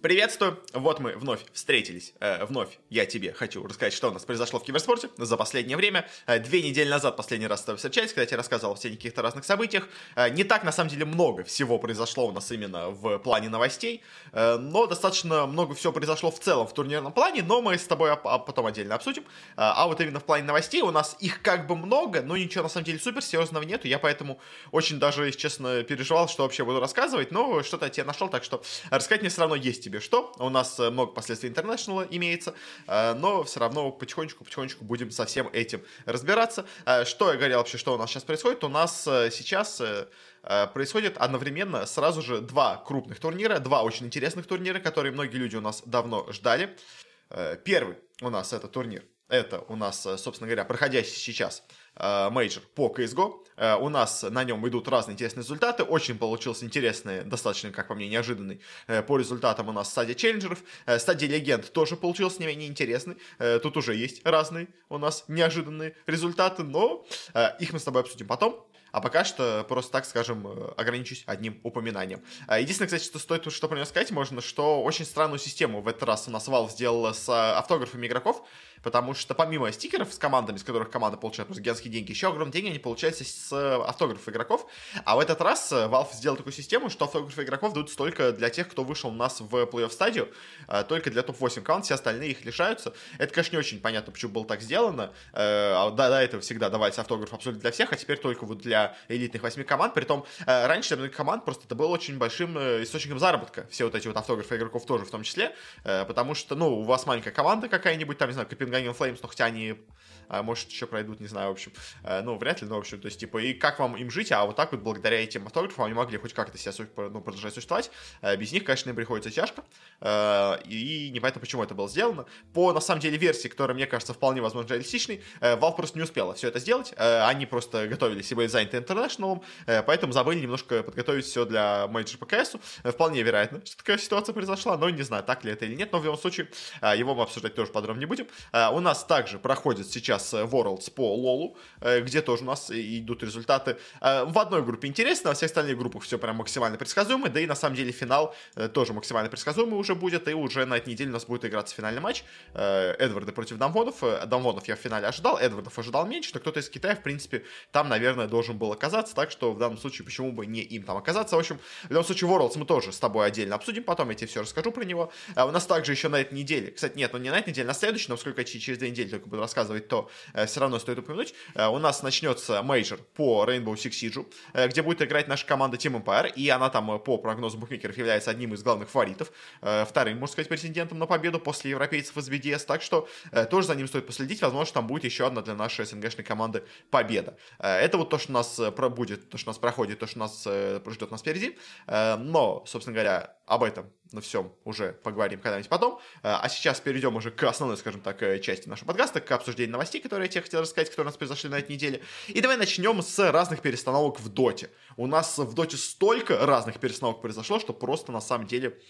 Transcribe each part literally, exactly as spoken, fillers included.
Приветствую! Вот мы вновь встретились. Э, вновь я тебе хочу рассказать, что у нас произошло в киберспорте за последнее время. Э, две недели назад последний раз с тобой встречались, когда я тебе рассказывал о всех каких-то разных событиях. Э, не так, на самом деле, много всего произошло у нас именно в плане новостей, э, но достаточно много всего произошло в целом в турнирном плане, но мы с тобой а, а потом отдельно обсудим. А, а вот именно в плане новостей у нас их как бы много, но ничего на самом деле супер серьезного нету. Я поэтому очень даже, если честно, переживал, что вообще буду рассказывать, но что-то я тебе нашел, так что рассказать мне все равно есть тебе что. У нас много последствий интернешнла имеется, но все равно потихонечку-потихонечку будем со всем этим разбираться. Что я говорил вообще, что у нас сейчас происходит? У нас сейчас происходит одновременно сразу же два крупных турнира, два очень интересных турнира, которые многие люди у нас давно ждали. Первый у нас это турнир. Это у нас, собственно говоря, проходящий сейчас мейджор по си эс го. У нас на нем идут разные интересные результаты. Очень получился интересный, достаточно, как по мне, неожиданный. По результатам у нас стадия челленджеров. Стадия легенд тоже получился не менее интересный. Тут уже есть разные у нас неожиданные результаты, но их мы с тобой обсудим потом. А пока что просто так, скажем, ограничусь одним упоминанием. Единственное, кстати, что стоит что про него сказать, можно, что очень странную систему в этот раз у нас Valve сделала с автографами игроков, потому что помимо стикеров с командами, с которых команда получает просто гигантские деньги, еще огромные деньги они получаются с автографов игроков. А в этот раз Valve сделал такую систему, что автографы игроков дают только для тех, кто вышел у нас в плей-офф стадию, только для топ восемь команд, все остальные их лишаются. Это, конечно, не очень понятно, почему было так сделано. До, до этого всегда давались автографы абсолютно для всех, а теперь только вот для элитных восьми команд. Притом, раньше для многих команд просто это было очень большим источником заработка. Все вот эти вот автографы игроков тоже в том числе. Потому что, ну, у вас маленькая команда какая-нибудь, там, не знаю, Copenhagen Flames, но хотя они, может, еще пройдут, не знаю, в общем. Ну, вряд ли, но, в общем, то есть, типа, и как вам им жить, а вот так вот, благодаря этим автографам, они могли хоть как-то себя, ну, продолжать существовать. Без них, конечно, им приходится тяжко. И непонятно, почему это было сделано. По, на самом деле, версии, которая, мне кажется, вполне, возможно, реалистичной, Valve просто не успела все это сделать. Они просто готовили себе заняты интернешнлом, поэтому забыли немножко подготовить все для мейджор по кей эс. Вполне вероятно, что такая ситуация произошла, но не знаю, так ли это или нет, но в любом случае его мы обсуждать тоже подробно не будем. У нас также проходит сейчас Worlds по лолу, где тоже у нас идут результаты. В одной группе интересно, во всех остальных группах все прям максимально предсказуемо, да и на самом деле финал тоже максимально предсказуемый уже будет, и уже на этой неделе у нас будет играться финальный матч Эдварда против Дамвонов. Дамвонов я в финале ожидал, Эдвардов ожидал меньше, но кто-то из Китая, в принципе, там, наверное, должен был оказаться, так что в данном случае почему бы не им там оказаться. В общем, в любом случае Worlds мы тоже с тобой отдельно обсудим, потом я тебе все расскажу про него. А у нас также еще на этой неделе, кстати, нет, ну не на этой неделе, на следующей, но поскольку я через две недели только буду рассказывать, то э, все равно стоит упомянуть. Э, у нас начнется мейджор по Rainbow Six Siege, э, где будет играть наша команда Team Empire, и она там э, по прогнозу букмекеров является одним из главных фаворитов, э, вторым, можно сказать, претендентом на победу после европейцев из би ди эс, так что э, тоже за ним стоит последить, возможно, там будет еще одна для нашей СНГшной команды победа. Э, это вот то, что у нас э, будет, то, что у нас проходит, то, что нас э, ждет нас впереди. Э, но, собственно говоря, об этом на всем уже поговорим когда-нибудь потом. Э, а сейчас перейдем уже к основной, скажем так, части нашего подкаста, к обсуждению новостей, которые я тебе хотел рассказать, которые у нас произошли на этой неделе. И давай начнем с разных перестановок в доте. У нас в доте столько разных перестановок произошло, что просто на самом деле...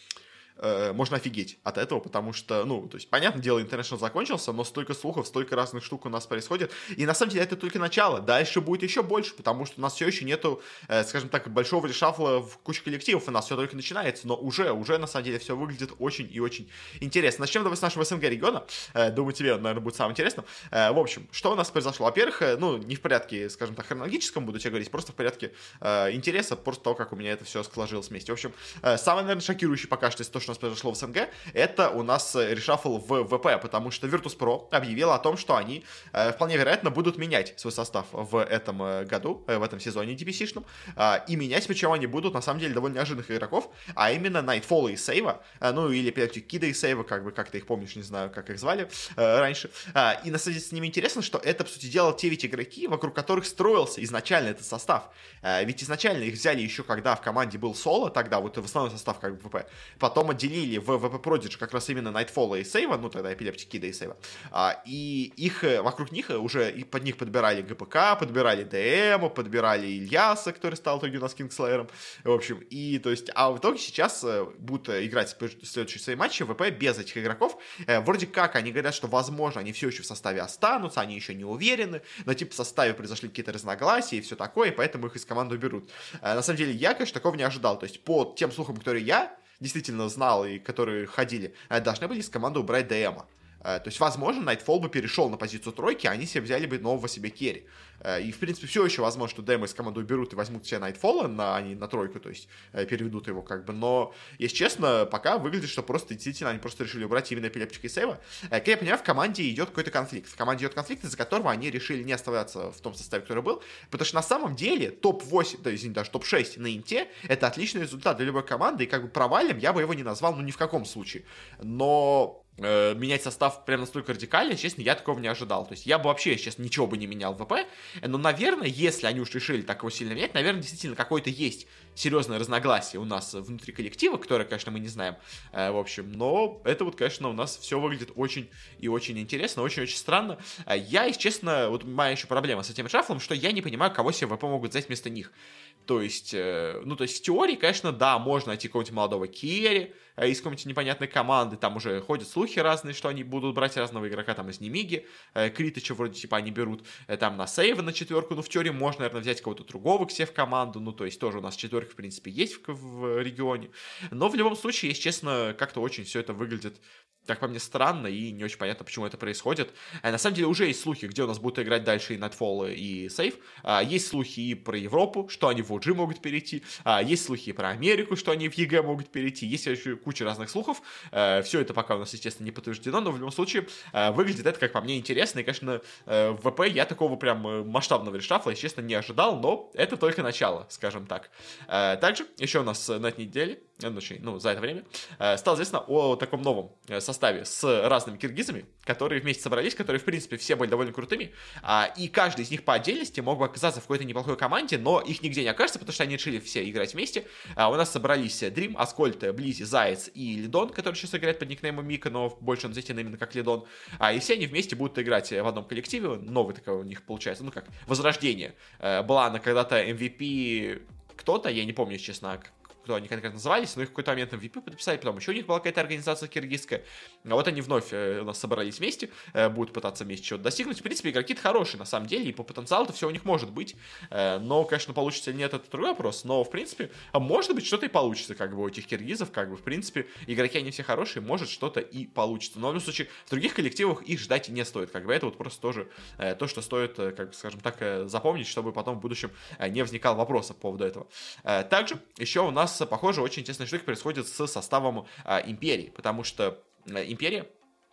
можно офигеть от этого, потому что, ну, то есть, понятное дело, International закончился, но столько слухов, столько разных штук у нас происходит, и на самом деле это только начало, дальше будет еще больше, потому что у нас все еще нету, э, скажем так, большого решафла в куче коллективов, у нас все только начинается, но уже, уже, на самом деле, все выглядит очень и очень интересно. Начнем давай с нашего СНГ региона, э, думаю, тебе, наверное, будет самым интересным. Э, в общем, что у нас произошло? Во-первых, э, ну, не в порядке, скажем так, хронологическом буду тебе говорить, просто в порядке э, интереса, просто того, как у меня это все сложилось вместе. В общем, э, самое, наверное, шокирующее пока что из того, что у нас произошло в СНГ, это у нас решафл в ВП, потому что Virtus.pro объявила о том, что они э, вполне вероятно будут менять свой состав в этом э, году, э, в этом сезоне ди пи си-шном, э, и менять, причем они будут, на самом деле, довольно неожиданных игроков, а именно Nightfall и Сейва, э, ну или опять Кида и Сейва, как бы, как ты их помнишь, не знаю, как их звали э, раньше, э, и на самом деле с ними интересно, что это, по сути дела, те ведь игроки, вокруг которых строился изначально этот состав, э, ведь изначально их взяли еще, когда в команде был Соло, тогда вот в основной состав как бы ВП, потом отделили в ви пи Prodigy как раз именно Nightfall и Сейва, ну тогда Эпилептик Кида и Сейва, а, и их, вокруг них уже и под них подбирали ГПК, подбирали ДМ, подбирали Ильяса, который стал в итоге у нас Кингслеером, в общем, и то есть, а в итоге сейчас будут играть следующие свои матчи ВП без этих игроков, вроде как они говорят, что возможно они все еще в составе останутся, они еще не уверены, но типа в составе произошли какие-то разногласия и все такое, и поэтому их из команды уберут. На самом деле я, конечно, такого не ожидал, то есть по тем слухам, которые я действительно знал и которые ходили, должны были из команды убрать ДМа. То есть, возможно, Nightfall бы перешел на позицию тройки, а они себе взяли бы нового себе керри. И, в принципе, все еще возможно, что Дэма из команды уберут и возьмут себе Nightfall, на, они на тройку, то есть переведут его как бы. Но, если честно, пока выглядит, что просто действительно они просто решили убрать именно эпилептика и сейва. Как я понимаю, в команде идет какой-то конфликт. В команде идет конфликт, из-за которого они решили не оставаться в том составе, который был. Потому что на самом деле топ восемь, то есть, извините, даже топ шесть на инте это отличный результат для любой команды. И как бы провальным я бы его не назвал, ну ни в каком случае. Но э, менять состав прям настолько радикально, честно, я такого не ожидал. То есть я бы вообще, честно, ничего бы не менял в ВП. Но, наверное, если они уж решили так его сильно менять, наверное, действительно какое-то есть серьезное разногласие у нас внутри коллектива, которое, конечно, мы не знаем, э, в общем. Но это вот, конечно, у нас все выглядит очень и очень интересно, очень-очень странно. Я, если честно, вот моя еще проблема с этим шафлом, что я не понимаю, кого себе ВП могут взять вместо них. То есть, э, ну, то есть в теории, конечно, да, можно найти какого-нибудь молодого керри э, из какой-нибудь непонятной команды, там уже ходят слухи разные, что они будут брать разного игрока, там из Немиги, э, Критыча вроде типа они берут, э, там на сейвы на четверку, ну, в теории можно, наверное, взять кого-то другого к себе в команду, ну, то есть тоже у нас четверка, в принципе, есть в, в регионе, но в любом случае, если честно, как-то очень все это выглядит, как по мне, странно и не очень понятно, почему это происходит. А на самом деле уже есть слухи, где у нас будут играть дальше и Nightfall, и Сейв. А, есть слухи и про Европу, что они в о джи могут перейти. А, есть слухи и про Америку, что они в ЕГЭ могут перейти. Есть еще куча разных слухов. А, все это пока у нас, естественно, не подтверждено, но в любом случае а, выглядит это, как по мне, интересно. И, конечно, в ВП я такого прям масштабного решафла, если честно, не ожидал, но это только начало, скажем так. А, также еще у нас на этой неделе, ну, за это время, стало известно о таком новом составе с разными киргизами, которые вместе собрались, которые, в принципе, все были довольно крутыми, а, и каждый из них по отдельности мог бы оказаться в какой-то неплохой команде, но их нигде не окажется, потому что они решили все играть вместе. А, у нас собрались Dream, Аскольд, Близи, Заяц и Лидон, который сейчас играет под никнеймом Мика, но больше он известен именно как Лидон. А, и все они вместе будут играть в одном коллективе, новый такой у них получается, ну как, возрождение. А, была она когда-то эм ви пи кто-то, я не помню, честно, кто они конкретно назывались, но их в какой-то момент эм ви пи подписали, потом еще у них была какая-то организация киргизская, а вот они вновь э, у нас собрались вместе, э, будут пытаться вместе чего-то достигнуть. В принципе, игроки-то хорошие, на самом деле, и по потенциалу-то все у них может быть, э, но, конечно, получится или нет, это другой вопрос, но, в принципе, может быть, что-то и получится, как бы, у этих киргизов, как бы, в принципе, игроки, они все хорошие, может, что-то и получится, но, в любом случае, в других коллективах их ждать не стоит, как бы, это вот просто тоже э, то, что стоит, э, как, скажем так, э, запомнить, чтобы потом в будущем э, не возникал вопросов по поводу этого. Э, также, еще у нас похоже, очень интересная штука происходит с составом а, Империи, потому что а, Империя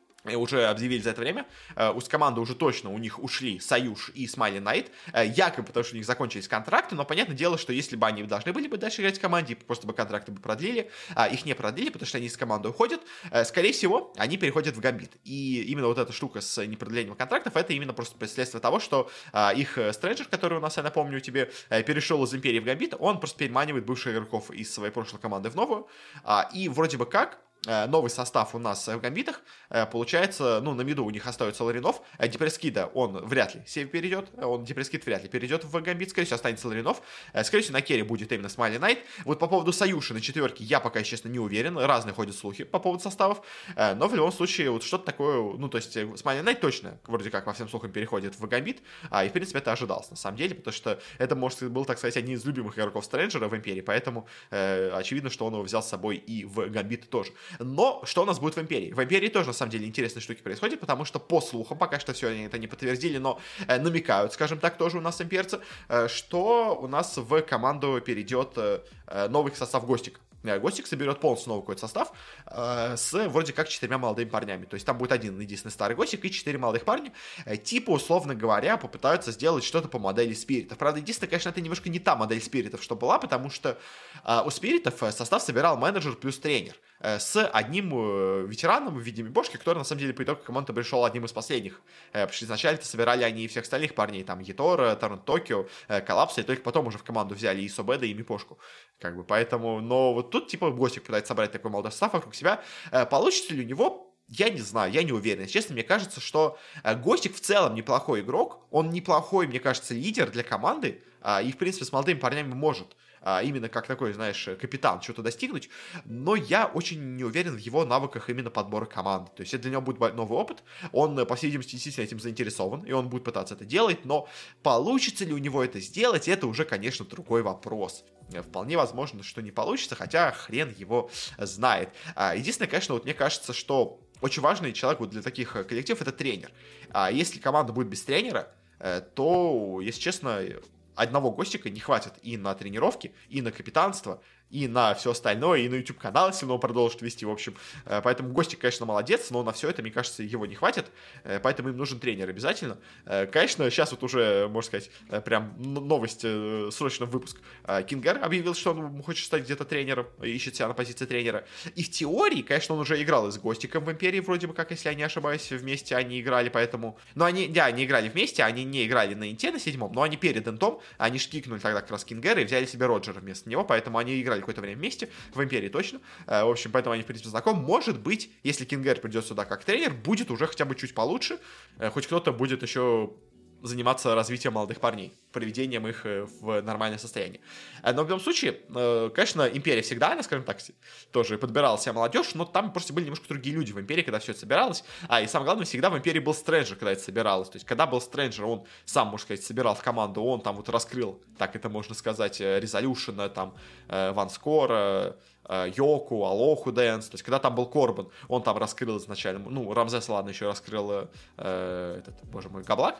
уже объявили за это время, у команды уже точно у них ушли Союз и Смайли Найт, якобы потому что у них закончились контракты, но понятное дело, что если бы они должны были бы дальше играть в команде, просто бы контракты бы продлили, а их не продлили, потому что они из команды уходят, скорее всего, они переходят в Гамбит. И именно вот эта штука с непродлением контрактов, это именно просто последствие того, что их Стрэнджер, который у нас, я напомню, тебе перешел из Империи в Гамбит, он просто переманивает бывших игроков из своей прошлой команды в новую, и вроде бы как новый состав у нас в Гамбитах, получается, ну, на миду у них остается Ларинов, Депрескида, он вряд ли себе перейдет, он, Депрескид вряд ли перейдет в Гамбит, скорее всего, останется Ларинов, скорее всего, на керри будет именно Смайли Найт. Вот по поводу Союши на четверке я пока, честно, не уверен, разные ходят слухи по поводу составов, но в любом случае, вот что-то такое, ну, то есть, Смайли Найт точно, вроде как, по всем слухам, переходит в Гамбит, и, в принципе, это ожидалось, на самом деле, потому что это, может, был, так сказать, один из любимых игроков Стрэнджера в Империи, поэтому э, очевидно, что он его взял с собой и в Гамбит тоже. Но что у нас будет в Империи? В Империи тоже, на самом деле, интересные штуки происходят, потому что, по слухам, пока что все они это не подтвердили, но э, намекают, скажем так, тоже у нас имперцы, э, что у нас в команду перейдет э, новый состав Гостик. Гостик соберет полностью новый какой-то состав э, с вроде как четырьмя молодыми парнями. То есть там будет один единственный старый Гостик и четыре молодых парня. Э, типа, условно говоря, попытаются сделать что-то по модели спиритов. Правда, единственное, конечно, это немножко не та модель спиритов, что была, потому что э, у спиритов состав собирал менеджер плюс тренер э, с одним э, ветераном в виде Мибошки, который, на самом деле, по итогу команды пришел одним из последних. Э, потому что изначально-то собирали они и всех остальных парней, там, Етора, Торн Токио, э, Коллапса, и только потом уже в команду взяли и Собеда, и Мипошку. Как бы, поэтому, но вот тут, типа, Гостик пытается собрать такой молодой состав вокруг себя. Э, получится ли у него? Я не знаю, я не уверен. Честно, мне кажется, что э, Гостик в целом неплохой игрок. Он неплохой, мне кажется, лидер для команды. Э, и, в принципе, с молодыми парнями может э, именно как такой, знаешь, капитан что-то достигнуть. Но я очень не уверен в его навыках именно подбора команды. То есть это для него будет новый опыт. Он, по всей видимости, действительно этим заинтересован. И он будет пытаться это делать. Но получится ли у него это сделать, это уже, конечно, другой вопрос. вполне возможно, что не получится, хотя хрен его знает. Единственное, конечно, вот мне кажется, что очень важный человек вот для таких коллективов — это тренер. Если команда будет без тренера, то, если честно, одного гостика не хватит и на тренировки, и на капитанство, и на все остальное, и на YouTube-канал, если он продолжит вести, в общем. Поэтому Гостик, конечно, молодец, но на все это, мне кажется, его не хватит, поэтому им нужен тренер обязательно. Конечно, сейчас вот уже, можно сказать, прям новость, срочно выпуск. Кингер объявил, что он хочет стать где-то тренером, ищет себя на позиции тренера. И в теории, конечно, он уже играл и с Гостиком в Империи, вроде бы как, если я не ошибаюсь, вместе они играли, поэтому... Но они, да, они играли вместе, они не играли на Инте на седьмом, но они перед Интом, они шкикнули тогда как раз Кингера и взяли себе Роджера вместо него, поэтому они играли какое-то время вместе, в Империи точно. В общем, поэтому они, в принципе, знакомы. Может быть, если Кингер придет сюда как тренер, будет уже хотя бы чуть получше. Хоть кто-то будет еще заниматься развитием молодых парней, приведением их в нормальное состояние. Но в любом случае, конечно, Империя всегда, она, скажем так, тоже подбирала себе молодежь, но там просто были немножко другие люди в Империи, когда все это собиралось. А, и самое главное, всегда в Империи был Стрэнджер, когда это собиралось. То есть, когда был Стрэнджер, он сам, можно сказать, собирал в команду, он там вот раскрыл, так это можно сказать, Резолюшена, там, Ванскора, Йоку, Алоху Дэнс. То есть, когда там был Корбан, он там раскрыл изначально, ну, Рамзес, ладно, еще раскрыл э, этот, боже мой, Габлак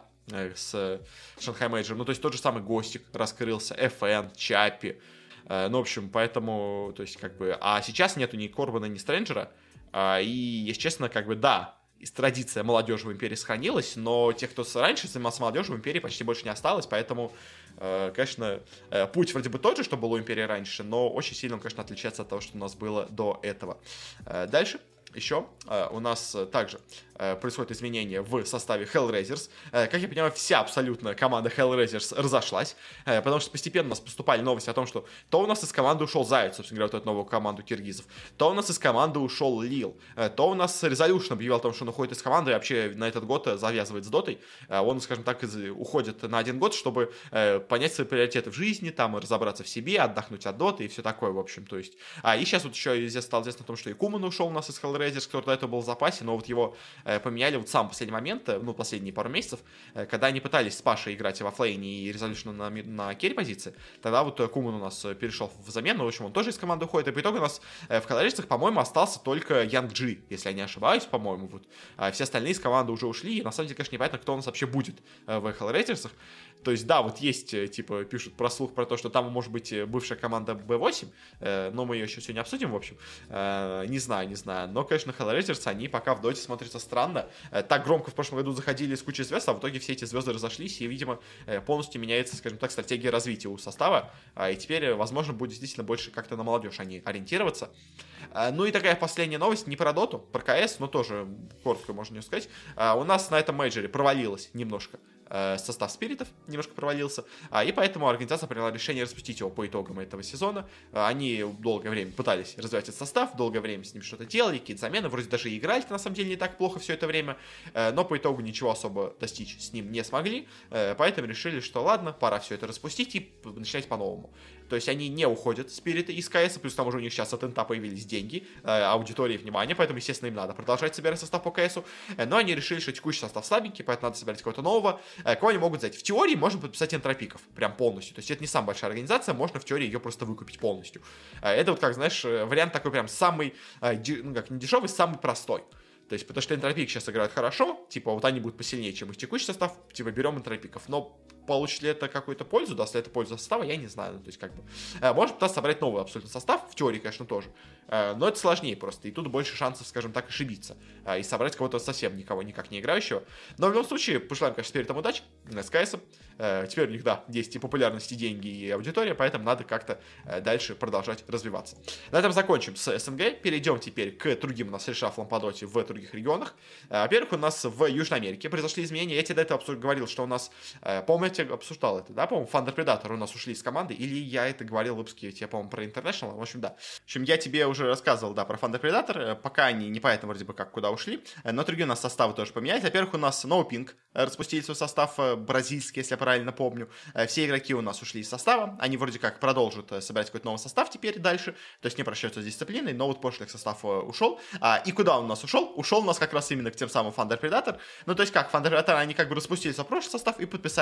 с Шанхай Мейджором. Ну, то есть, тот же самый Гостик раскрылся, эф эн, Чаппи. Э, ну, в общем, поэтому, то есть, как бы... А сейчас нету ни Корбана, ни Стрэнджера. Э, и, если честно, как бы, да, из традиция молодежи в Империи сохранилась, но тех, кто раньше занимался молодежью, в Империи почти больше не осталось, поэтому, э, конечно, э, путь вроде бы тот же, что было у Империи раньше, но очень сильно он, конечно, отличается от того, что у нас было до этого. Э, дальше. Еще э, у нас также э, происходит изменение в составе Hellraisers. Э, как я понимаю, вся абсолютно команда Hellraisers разошлась, э, потому что постепенно у нас поступали новости о том, что то у нас из команды ушел Заяц, собственно говоря, вот эту новую команду киргизов, то у нас из команды ушел Лил, э, то у нас Resolution объявил о том, что он уходит из команды и вообще на этот год завязывает с Дотой. Э, он, скажем так, уходит на один год, чтобы э, понять свои приоритеты в жизни, там, разобраться в себе, отдохнуть от Доты и все такое, в общем, то есть. А, и сейчас вот еще здесь стало известно о том, что и Куман ушел у нас из Hellraisers, который до этого был в запасе, но вот его э, поменяли вот в самый последний момент, э, ну, последние пару месяцев, э, когда они пытались с Пашей играть во флейне и Resolution на, на керри-позиции, тогда вот э, Куман у нас перешел в замену, в общем, он тоже из команды уходит, и по итогу у нас э, в Hellraisers, по-моему, остался только Янг Джи, если я не ошибаюсь, по-моему, вот. А все остальные из команды уже ушли, и на самом деле, конечно, непонятно, кто у нас вообще будет э, в Hellraisers. То есть, да, вот есть, э, типа, пишут про слух про то, что там может быть бывшая команда би восемь, э, но мы ее еще сегодня обсудим, в общем. Э, не знаю, не знаю, но, конечно, Hellraisers, они пока в доте смотрятся странно. Так громко в прошлом году заходили с кучей звезд, а в итоге все эти звезды разошлись, и, видимо, полностью меняется, скажем так, стратегия развития у состава, и теперь, возможно, будет действительно больше как-то на молодежь они ориентироваться. Ну и такая последняя новость, не про доту, про КС, но тоже коротко можно не сказать. У нас на этом мейджоре провалилось немножко состав спиритов, немножко провалился, и поэтому организация приняла решение распустить его по итогам этого сезона. Они долгое время пытались развивать этот состав, долгое время с ним что-то делали, какие-то замены, вроде даже и играли на самом деле не так плохо все это время, но по итогу ничего особо достичь с ним не смогли, поэтому решили, что ладно, пора все это распустить и начинать по-новому. То есть они не уходят, спириты из КС, плюс там уже у них сейчас от Инта появились деньги, э, аудитория и внимание, поэтому, естественно, им надо продолжать собирать состав по КСу. Э, но они решили, что текущий состав слабенький, поэтому надо собирать кого-то нового. Э, кого они могут взять? В теории можно подписать энтропиков, прям полностью. То есть это не самая большая организация, можно в теории ее просто выкупить полностью. Э, это вот, как, знаешь, вариант такой прям самый, э, ди, ну как, не дешевый, самый простой. То есть, потому что энтропик сейчас играют хорошо, типа, вот они будут посильнее, чем их текущий состав, типа, берем энтропиков. Но получит ли это какую-то пользу, даст ли это пользу состава, я не знаю. То есть, как бы, э, можно пытаться собрать новый абсолютно состав, в теории, конечно, тоже. Э, но это сложнее просто, и тут больше шансов, скажем так, ошибиться. Э, и собрать кого-то совсем никого, никак не играющего. Но в любом случае, пожелаем, конечно, спиритам удачи э, с КСом. Э, теперь у них, да, есть и популярность, и деньги, и аудитория, поэтому надо как-то э, дальше продолжать развиваться. На этом закончим с СНГ. Перейдем теперь к другим у нас решафлам по доте в других регионах. Э, во-первых, у нас в Южной Америке произошли изменения. Я тебе до этого обсуд... говорил, что у нас, э, по-моему, я тебе обсуждал это, да, по-моему, Thunder Predator у нас ушли из команды, или я это говорил в выпуске, я, по-моему, про International, в общем, да. В общем, я тебе уже рассказывал, да, про Thunder Predator, пока они непонятно вроде бы как куда ушли, но другие у нас составы тоже поменялись. Во-первых, у нас NoPink распустили свой состав бразильский, если я правильно помню. Все игроки у нас ушли из состава, они вроде как продолжат собирать какой-то новый состав теперь дальше, то есть не прощаются с дисциплиной, но вот прошлый состав ушел. И куда он у нас ушел? Ушел у нас как раз именно к тем самым Thunder Predator. Ну, то есть как, Thunder Predator, они как бы распустили свой прошлый состав и подписали новый состав.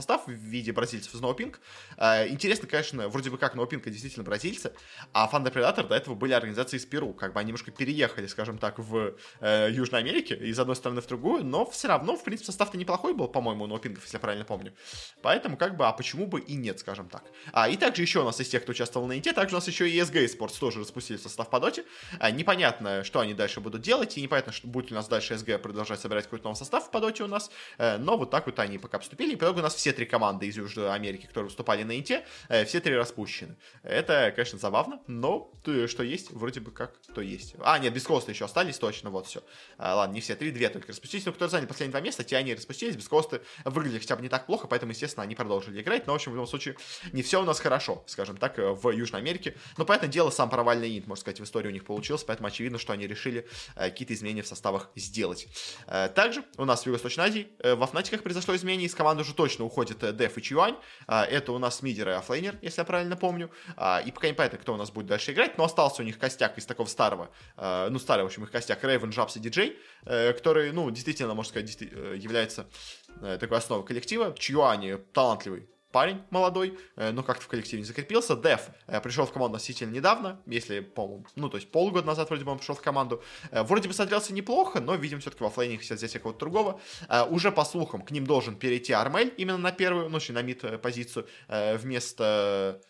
состав в виде бразильцев из NoPink. Интересно, конечно, вроде бы как NoPink действительно бразильцы, а Thunder Predator до этого были организации из Перу. Как бы они немножко переехали, скажем так, в э, Южной Америке, из одной стороны в другую, но все равно, в принципе, состав-то неплохой был, по-моему, у NoPink, если я правильно помню. Поэтому, как бы, а почему бы и нет, скажем так. А, и также еще у нас из тех, кто участвовал на Инте, также у нас еще и эс джи Sports тоже распустили состав по доте. А, непонятно, что они дальше будут делать, и непонятно, что будет ли у нас дальше эс джи продолжать собирать какой-то новый состав по доте у нас, э, но вот так вот они пока поступили, и по итогу у нас все три команды из Южной Америки, которые выступали на Инте, э, все три распущены. Это, конечно, забавно, но то, что есть, вроде бы как то есть. А, нет, без Коста еще остались, точно, вот все. А, ладно, не все три, две только распустились, но кто заняли последние два места, те они распустились, без Косты выглядели хотя бы не так плохо, поэтому, естественно, они продолжили играть, но, в общем, в любом случае, не все у нас хорошо, скажем так, в Южной Америке, но, понятное дело, сам провальный инт, можно сказать, в истории у них получился, поэтому очевидно, что они решили э, какие-то изменения в составах сделать. Э, также у нас в Юго-Восточной Азии э, во Фнатиках произошло изменение, из команды уже точно уходит э, Деф и Чуань, э, это у нас мидер и оффлейнер, если я правильно помню, э, и пока не понятно, кто у нас будет дальше играть, но остался у них костяк из такого старого, э, ну, старый, в общем, их костяк, Рейвен, Джабс и Диджей, э, который, ну, действительно, можно сказать, действительно, является э, такой основой коллектива. Чуань талантливый парень молодой, э, но как-то в коллективе не закрепился. Деф э, пришел в команду относительно недавно, если, по-моему, ну, то есть полгода назад вроде бы он пришел в команду. Э, вроде бы смотрелся неплохо, но, видим, все-таки в оффлейне хотят взять кого-то другого. Э, уже, по слухам, к ним должен перейти Армель именно на первую, ну, на мид-позицию э, вместо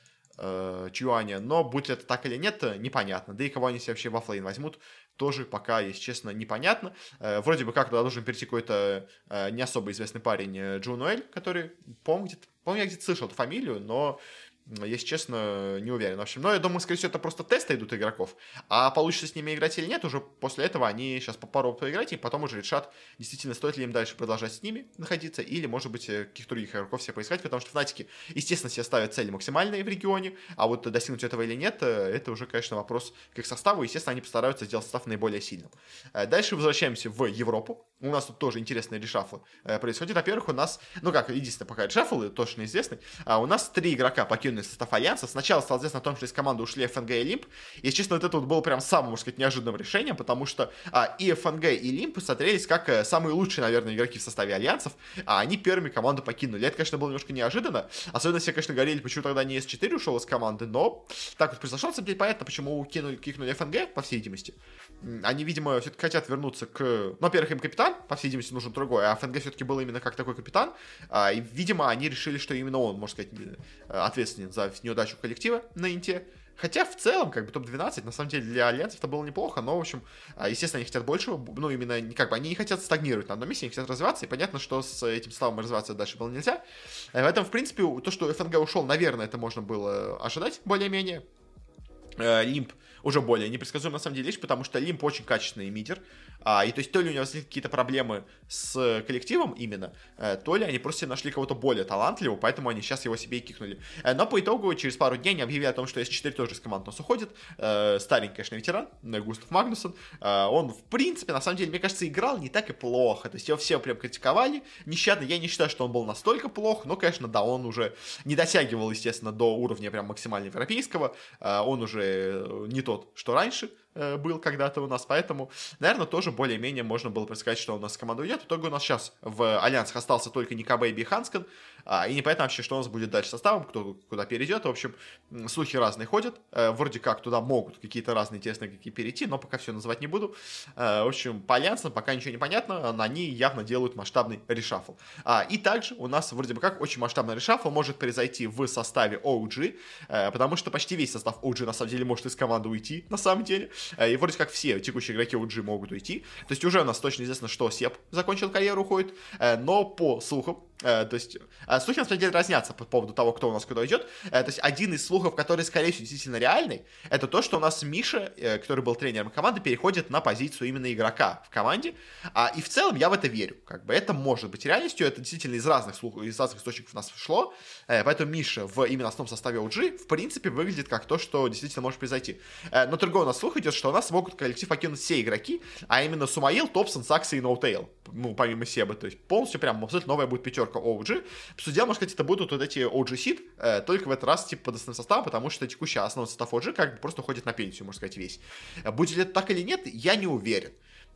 э, Чуаня, но будет ли это так или нет, непонятно. Да и кого они себе вообще в оффлейн возьмут, тоже пока, если честно, непонятно. Э, вроде бы как туда должен перейти какой-то э, не особо известный парень э, Джунуэль, который, по-моему, где-то, по-моему, я где-то слышал эту фамилию, но, если честно, не уверен. В общем, но я думаю, скорее всего, это просто тесты идут игроков, а получится с ними играть или нет, уже после этого они сейчас попробуют поиграть, и потом уже решат, действительно, стоит ли им дальше продолжать с ними находиться, или, может быть, каких-то других игроков себе поискать, потому что Фнатики, естественно, себе ставят цели максимальные в регионе, а вот достигнуть этого или нет, это уже, конечно, вопрос к их составу, естественно, они постараются сделать состав наиболее сильным. Дальше возвращаемся в Европу. У нас тут тоже интересные решафлы происходят. Во-первых, у нас, ну как, единственный пока решафл, точно известный, а у нас три игрока покинули состав Альянса. Сначала стало известно о том, что из команды ушли эф эн джи и Лимп. И, честно, вот это вот было прям самым, можно сказать, неожиданным решением, потому что а, и эф эн джи, и Лимп смотрелись как а, самые лучшие, наверное, игроки в составе Альянсов, а они первыми команду покинули. Это, конечно, было немножко неожиданно. Особенно все, конечно, горели, почему тогда не эс четыре ушел из команды, но так вот произошло. На самом деле, понятно, почему кинули, кикнули эф эн джи, по всей видимости. Они, видимо, все-таки хотят вернуться к... Ну, во-первых, им капитан, по всей видимости, нужен другой, а эф эн джи все-таки был именно как такой капитан, а, и, видимо, они решили, что именно он, можно сказать, ответственен за неудачу коллектива на Инте. Хотя в целом, как бы, топ двенадцать, на самом деле, для Альянсов это было неплохо, но, в общем, естественно, они хотят большего, ну, именно, как бы, они не хотят стагнировать на одном месте, они хотят развиваться, и понятно, что с этим составом развиваться дальше было нельзя. Поэтому, в принципе, то, что эф эн джи ушел, наверное, это можно было ожидать более-менее. Лимп уже более непредсказуем на самом деле вещь, потому что Лимп очень качественный мидер, а, и то есть то ли у него возникли какие-то проблемы с коллективом именно, э, то ли они просто нашли кого-то более талантливого, поэтому они сейчас его себе и кикнули. Э, но по итогу через пару дней они объявили о том, что эс четыре тоже из команды у нас уходит. Э, старенький, конечно, ветеран, Густав Магнусон. Э, он, в принципе, на самом деле, мне кажется, играл не так и плохо. То есть его все прям критиковали нещадно. Я не считаю, что он был настолько плох, но, конечно, да, он уже не дотягивал, естественно, до уровня прям максимально европейского. Э, он уже не тот, что раньше был когда-то у нас, поэтому, наверное, тоже более-менее можно было предсказать, что у нас команда уйдет. В итоге у нас сейчас в Альянсах остался только Никабе и Биханскан, и непонятно вообще, что у нас будет дальше составом, кто куда перейдет. В общем, слухи разные ходят, вроде как туда могут какие-то разные интересные какие перейти, но пока все называть не буду. В общем, по Альянсам пока ничего не понятно, они явно делают масштабный решафл. И также у нас вроде бы как очень масштабный решафл может произойти в составе о джи, потому что почти весь состав о джи на самом деле может из команды уйти, на самом деле. И вроде как все текущие игроки о джи могут уйти. То есть уже у нас точно известно, что Сеп закончил карьеру, уходит. Но по слухам, то есть слухи на самом деле разнятся по поводу того, кто у нас куда идет. То есть один из слухов, который, скорее всего, действительно реальный, это то, что у нас Миша, который был тренером команды, переходит на позицию именно игрока в команде. И в целом я в это верю. Как бы это может быть реальностью. Это действительно из разных слухов, из разных источников у нас шло. Поэтому Миша в именно основном составе о джи в принципе выглядит как то, что действительно может произойти. Но другой у нас слух идет, что у нас могут коллектив покинуть все игроки, а именно Сумаил, Топсон, Сакса и Ноутейл. Ну, помимо Себа. То есть полностью прям абсолютно новая будет пятерка о джи. Судья, может сказать, это будут вот эти о джи сид, э, только в этот раз типа под основным составом, потому что текущий основной состав о джи как бы просто уходит на пенсию, можно сказать, весь. Будет ли это так или нет, я не уверен.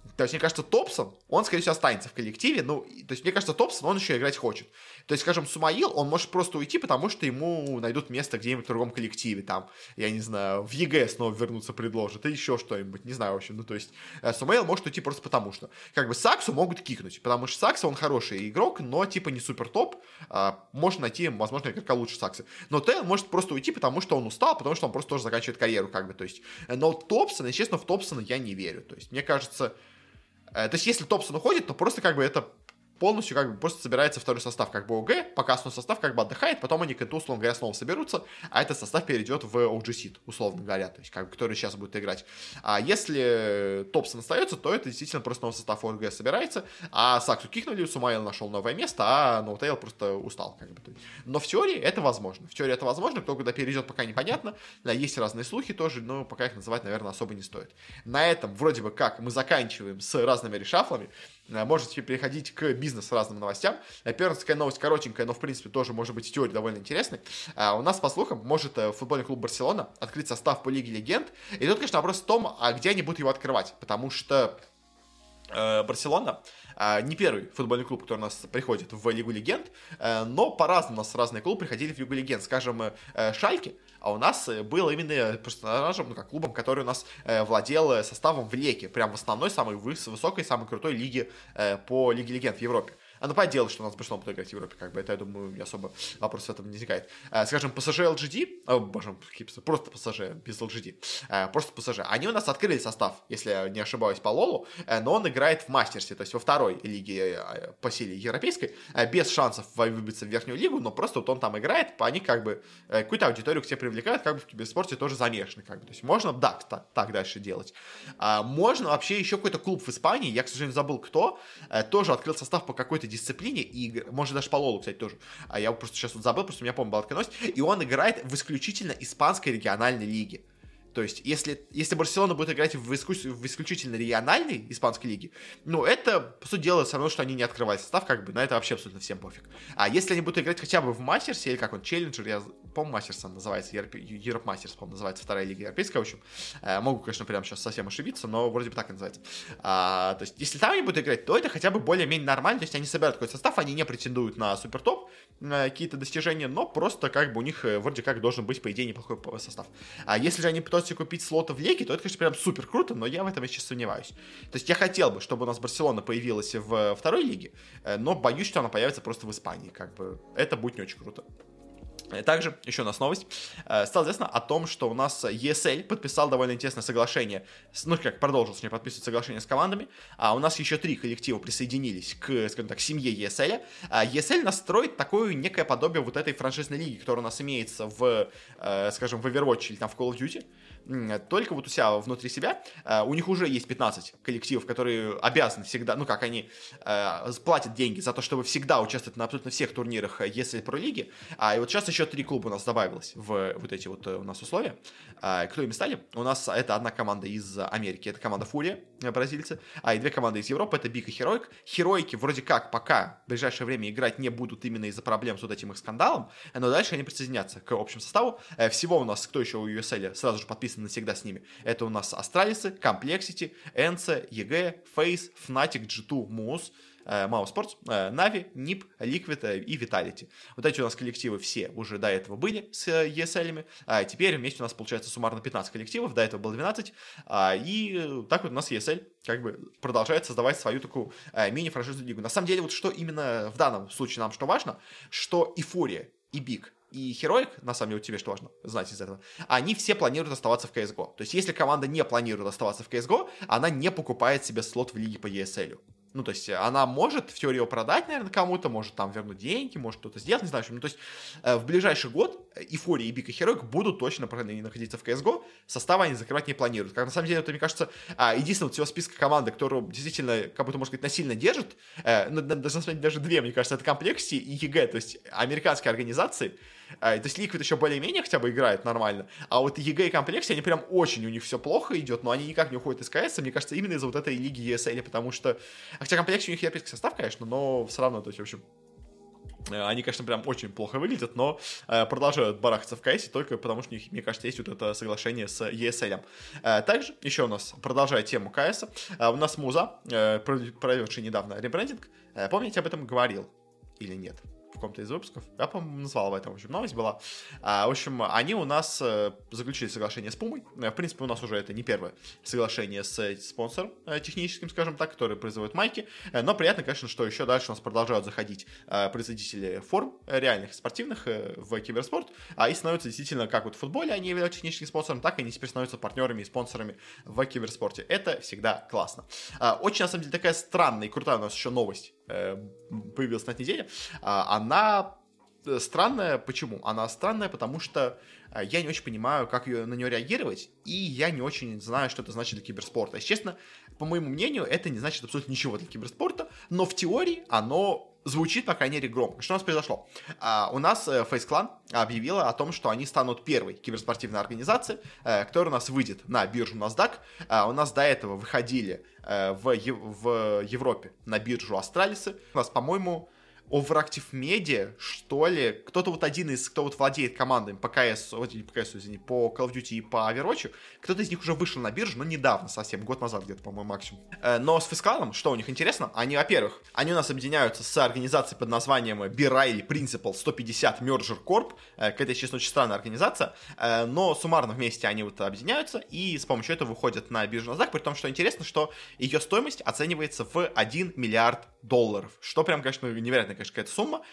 То есть, мне кажется, Топсон, он, скорее всего, останется в коллективе. Ну, то есть, мне кажется, Топсон, он еще играть хочет. То есть, скажем, Сумаил, он может просто уйти, потому что ему найдут место где-нибудь в другом коллективе. Там, я не знаю, в ЕГЭ снова вернуться предложат, или еще что-нибудь, не знаю, в общем. Ну, то есть, Сумаил может уйти просто потому, что, как бы, Саксу могут кикнуть, потому что Сакса, он хороший игрок, но, типа, не супер топ. А, можно найти, возможно, игрока лучше Саксы. Но Тейл может просто уйти, потому что он устал, потому что он просто тоже заканчивает карьеру, как бы, то есть. Но Топсон, и, честно, в Топсона я не верю. То есть, мне кажется... То есть, если Топсон уходит, то просто как бы это полностью как бы просто собирается второй состав как бы ОГ, пока основной состав как бы отдыхает, потом они к этому, условно говоря, снова соберутся, а этот состав перейдет в о джи Seed, условно говоря, то есть как бы, который сейчас будет играть. А если Топсон остается, то это действительно просто новый состав ОГ собирается, а Саксу кикнули, Сумаил нашел новое место, а Ноутейл просто устал. Как бы. Но в теории это возможно. В теории это возможно, кто куда перейдет, пока непонятно. Да, есть разные слухи тоже, но пока их называть, наверное, особо не стоит. На этом вроде бы как мы заканчиваем с разными решафлами. Можете переходить к бизнес-разным новостям. Первая такая новость коротенькая, но в принципе тоже может быть в теории довольно интересной. А у нас, по слухам, может футбольный клуб Барселона открыть состав по Лиге Легенд. И тут, конечно, вопрос в том, а где они будут его открывать. Потому что э, Барселона э, не первый футбольный клуб, который у нас приходит в Лигу Легенд, э, но по-разному у нас разные клубы приходили в Лигу Легенд. Скажем, э, Шальке, а у нас был именно персонажем, ну как клубом, который у нас э, владел составом в Леке, прям в основной, самой выс- высокой, самой крутой лиге э, по Лиге Легенд в Европе. А ну, понятное дело, что у нас Барселона будет играть в Европе, как бы, это, я думаю, не особо вопрос в этом не возникает. Э, скажем, ПСЖ эл джи ди, о, боже, просто ПСЖ, без эл джи ди, э, просто ПСЖ, они у нас открыли состав, если я не ошибаюсь, по Лолу, э, но он играет в Мастерсе, то есть во второй лиге э, по силе европейской, э, без шансов выбиться в верхнюю лигу, но просто вот он там играет, они как бы э, какую-то аудиторию к себе привлекают, как бы в киберспорте тоже замешаны, как бы, то есть можно, да, так, так дальше делать. А, можно вообще еще какой-то клуб в Испании, я, к сожалению, забыл кто, э, тоже открыл состав по какой-то дисциплине, и может даже по Лолу, кстати, тоже. А я просто сейчас вот забыл, просто у меня, помню, была такая новость. И он играет в исключительно испанской региональной лиге. То есть, если, если Барселона будет играть в, иску, в исключительно региональной испанской лиге, ну, это, по сути дела, все равно, что они не открывают состав, как бы, на это вообще абсолютно всем пофиг. А если они будут играть хотя бы в Мастерсе, или как он, Челленджер, я помню, Мастерс он называется, Europe Мастерс, по-моему, называется вторая лига европейская, в общем, э, могу, конечно, прямо сейчас совсем ошибиться, но вроде бы так и называется. А, то есть, если там они будут играть, то это хотя бы более-менее нормально, то есть, они собирают какой-то состав, они не претендуют на супертоп, на какие-то достижения, но просто, как бы, у них вроде как должен быть, по идее, неплохой состав. А если же они пытаются купить слоты в Лиге, то это, конечно, прям супер круто, но я в этом сейчас сомневаюсь. То есть я хотел бы, чтобы у нас Барселона появилась в второй лиге, но боюсь, что она появится просто в Испании, как бы это будет не очень круто. Также еще у нас новость. Стало известно о том, что у нас и эс эл подписал довольно интересное соглашение, ну как продолжил с ней подписывать соглашение с командами, а у нас еще три коллектива присоединились к, скажем так, семье и эс эл. и эс эл настроит такое некое подобие вот этой франшизной лиги, которая у нас имеется в, скажем, в Overwatch или там в Call of Duty, только вот у себя внутри себя. У них уже есть пятнадцать коллективов, которые обязаны всегда, ну как они платят деньги за то, чтобы всегда участвовать на абсолютно всех турнирах и эс эл Pro лиги. А и вот сейчас еще три клуба у нас добавилось в вот эти вот у нас условия. Кто ими стали? У нас это одна команда из Америки, это команда Фурия, бразильцы, а и две команды из Европы, это Биг и Heroic. Heroic вроде как пока в ближайшее время играть не будут именно из-за проблем с вот этим их скандалом, но дальше они присоединятся к общему составу. Всего у нас, кто еще у ю эс эл сразу же подписан навсегда с ними, это у нас Астралисы, Комплексити, Энце, ЕГЭ, Фейс, Фнатик, джи ту, Мус, Мао Спортс, Нави, нип, Ликвид и Виталити. Вот эти у нас коллективы все уже до этого были с и эс эл-ами, а теперь вместе у нас получается суммарно пятнадцать коллективов, до этого было двенадцать, и так вот у нас и эс эл как бы продолжает создавать свою такую мини-франшизную лигу. На самом деле, вот что именно в данном случае нам что важно, что и Фурия, и Биг, и Heroic, на самом деле, вот тебе что важно знать из этого, они все планируют оставаться в си эс го. То есть, если команда не планирует оставаться в си эс го, она не покупает себе слот в лиге по и эс эл. Ну, то есть, она может в теории его продать, наверное, кому-то, может там вернуть деньги, может что-то сделать, не знаю. Ну, то есть, в ближайший год и Фурия, и Биг, и Heroic будут точно находиться в си эс го, составы они закрывать не планируют. Как на самом деле, это, мне кажется, единственное вот всего списка команды, которую действительно, как будто, можно сказать, насильно держит, даже, на самом деле, даже две, мне кажется, это Комплексити и ЕГЭ, то есть, американские организации. То есть Liquid еще более-менее хотя бы играет нормально, а вот ЕГЭ и Комплексити, они прям очень, у них все плохо идет, но они никак не уходят из КС, мне кажется, именно из-за вот этой лиги и эс эл, потому что, хотя Комплексити у них европейский состав, конечно, но все равно, то есть, в общем, Они, конечно, прям очень плохо выглядят, но э, продолжают барахаться в КС только потому, что у них, мне кажется, есть вот это соглашение с и эс эл. Э, также еще у нас, продолжая тему КС, э, у нас Муза, э, проведший недавно ребрендинг. Э, помните, об этом говорил или нет? В каком-то из выпусков. Я, по-моему, назвал об этом, в общем, новость была. А, в общем, они у нас э, заключили соглашение с Пумой. Э, в принципе, у нас уже это не первое соглашение с э, спонсором э, техническим, скажем так, который производит майки. Э, но приятно, конечно, что еще дальше у нас продолжают заходить э, производители форм э, реальных спортивных э, в киберспорт. А и становятся действительно, как вот в футболе они являются техническим спонсором, так и они теперь становятся партнерами и спонсорами в киберспорте. Это всегда классно. Э, очень, на самом деле, такая странная и крутая у нас еще новость появилась на этой неделе. Она странная. Почему? Она странная, потому что я не очень понимаю, как ее, на нее реагировать, и я не очень знаю, что это значит для киберспорта. Если честно, по моему мнению, это не значит абсолютно ничего для киберспорта, но в теории оно звучит, по крайней мере, громко. Что у нас произошло? А, у нас FaZe Clan объявила о том, что они станут первой киберспортивной организацией, а, которая у нас выйдет на биржу NASDAQ. А, у нас до этого выходили а, в, в Европе на биржу Астралисы. У нас, по-моему, Overactive Media, что ли, кто-то вот один из, кто вот владеет командами по КС, вот, по КС, извини, по Call of Duty и по Overwatch, кто-то из них уже вышел на биржу, но недавно совсем, год назад где-то, по-моему, максимум. Но с FaZe Clan, что у них интересно, они, во-первых, они у нас объединяются с организацией под названием B-Riley Principal сто пятьдесят Merger Corp, какая-то, честно, очень странная организация, но суммарно вместе они вот объединяются и с помощью этого выходят на биржу NASDAQ, при том, что интересно, что ее стоимость оценивается в один миллиард долларов, что прям, конечно, невероятная, конечно, какая-то сумма,